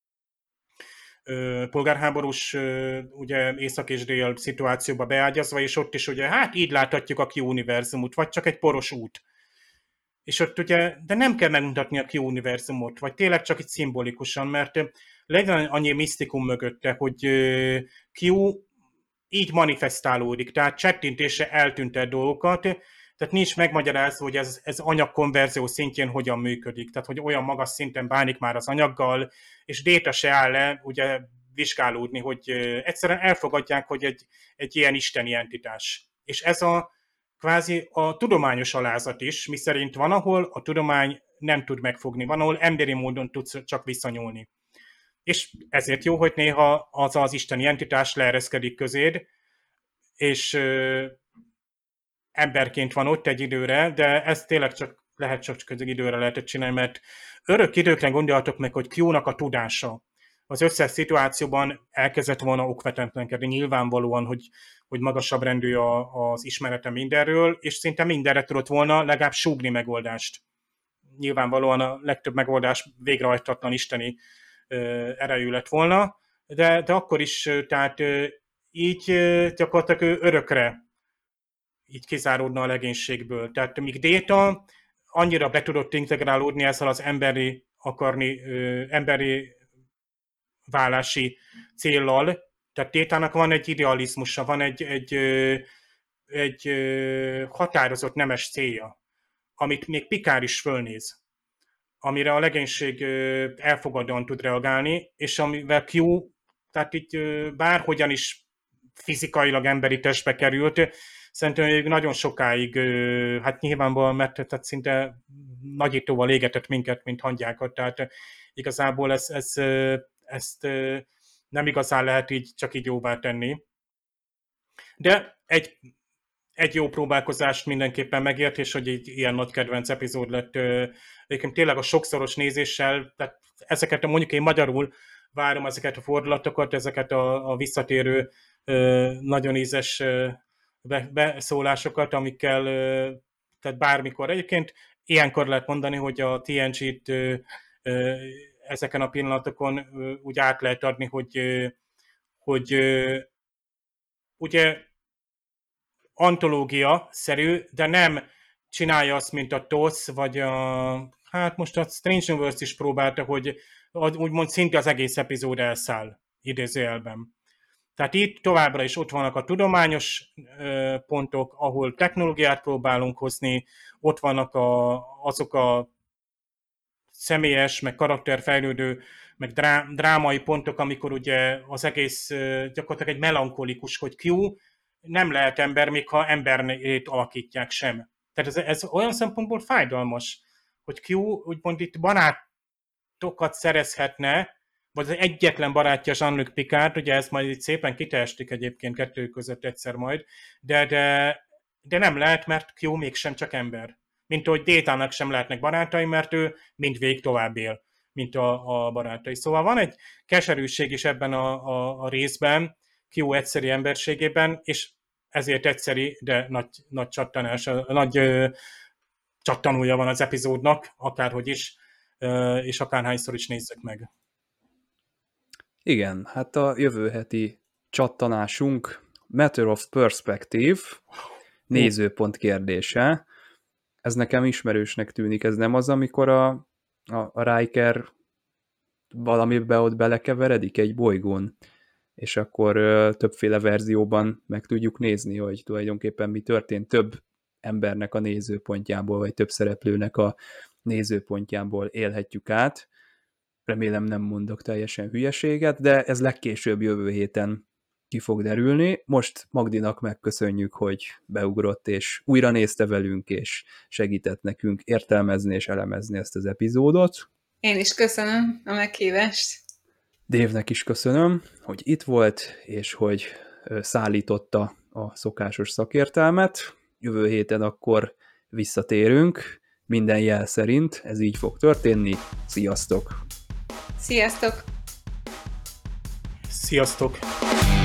polgárháborús, ugye észak és dél szituációba beágyazva, és ott is ugye, hát így láthatjuk a Q-univerzumot, vagy csak egy poros út. És ott ugye, de nem kell megmutatni a Q-univerzumot, vagy tényleg csak itt szimbolikusan, mert legyen annyi misztikum mögötte, hogy Q így manifestálódik, tehát csettintése eltűnt dolgokat, tehát nincs megmagyarázva, hogy ez anyagkonverzió szintjén hogyan működik, tehát hogy olyan magas szinten bánik már az anyaggal, és déta se áll le ugye vizsgálódni, hogy egyszerűen elfogadják, hogy egy ilyen isteni entitás. És ez kvázi a tudományos alázat is, miszerint van, ahol a tudomány nem tud megfogni, van, ahol emberi módon tud csak viszonyulni. És ezért jó, hogy néha az isteni entitás leereszkedik közéd, és emberként van ott egy időre, de ez tényleg csak időre lehetett csinálni, mert örök időkre gondoljatok meg, hogy Q-nak a tudása az összes szituációban elkezdett volna okvetlenkedni, nyilvánvalóan, hogy magasabb rendű az ismerete mindenről, és szinte mindenre tudott volna legalább súgni megoldást. Nyilvánvalóan a legtöbb megoldás végrehajtatlan isteni erejű lett volna, de akkor is, tehát így gyakorlatilag ő örökre így kizáródna a legénységből. Tehát míg Data annyira be tudott integrálódni ezzel az emberi válási céllal, tehát Détának van egy idealizmusa, van egy határozott nemes célja, amit még Picard is fölnéz, amire a legénység elfogadóan tud reagálni, és amivel Q, tehát így bárhogyan is fizikailag emberi testbe került, szerintem még nagyon sokáig, hát nyilvánvalóan, mert tehát szinte nagyítóval égetett minket, mint hangyákat, tehát igazából ezt nem igazán lehet így csak így jóvá tenni. De egy jó próbálkozást mindenképpen megért, és hogy egy ilyen nagy kedvenc epizód lett. Egyébként tényleg a sokszoros nézéssel, tehát ezeket mondjuk én magyarul várom ezeket a fordulatokat, ezeket a visszatérő nagyon ízes beszólásokat, amikkel tehát bármikor. Egyébként ilyenkor lehet mondani, hogy a TNG-t ezeken a pillanatokon úgy át lehet adni, hogy ugye antológia-szerű, de nem csinálja azt, mint a TOS, vagy hát most a Strange Universe is próbálta, hogy úgymond szinte az egész epizód elszáll, idézőjelben. Tehát itt továbbra is ott vannak a tudományos pontok, ahol technológiát próbálunk hozni, ott vannak azok a személyes, meg karakterfejlődő, meg drámai pontok, amikor ugye az egész gyakorlatilag egy melankolikus, hogy Q nem lehet ember, még ha embernét alakítják sem. Tehát ez olyan szempontból fájdalmas, hogy Q úgymond itt barátokat szerezhetne, vagy az egyetlen barátja Jean-Luc Picard, ugye ez majd itt szépen kiteestik egyébként kettő között egyszer majd, de nem lehet, mert Q mégsem csak ember. Mint ahogy Détának sem lehetnek barátai, mert ő mindvégig tovább él, mint a barátai. Szóval van egy keserűség is ebben a részben, Q egyszeri emberségében, és ezért egyszeri, de nagy csattanás, nagy csattanója van az epizódnak, akárhogy is, és akárhányszor is nézzük meg. Igen, hát a jövő heti csattanásunk Matter of Perspective, nézőpont kérdése. Ez nekem ismerősnek tűnik, ez nem az, amikor a Riker valamibe ott belekeveredik egy bolygón, és akkor többféle verzióban meg tudjuk nézni, hogy tulajdonképpen mi történt több embernek a nézőpontjából, vagy több szereplőnek a nézőpontjából élhetjük át. Remélem nem mondok teljesen hülyeséget, de ez legkésőbb jövő héten ki fog derülni. Most Magdinak megköszönjük, hogy beugrott, és újra nézte velünk, és segített nekünk értelmezni és elemezni ezt az epizódot. Én is köszönöm a meghívást. Dave-nek is köszönöm, hogy itt volt, és hogy szállította a szokásos szakértelmet. Jövő héten akkor visszatérünk, minden jel szerint ez így fog történni. Sziasztok! Sziasztok! Sziasztok!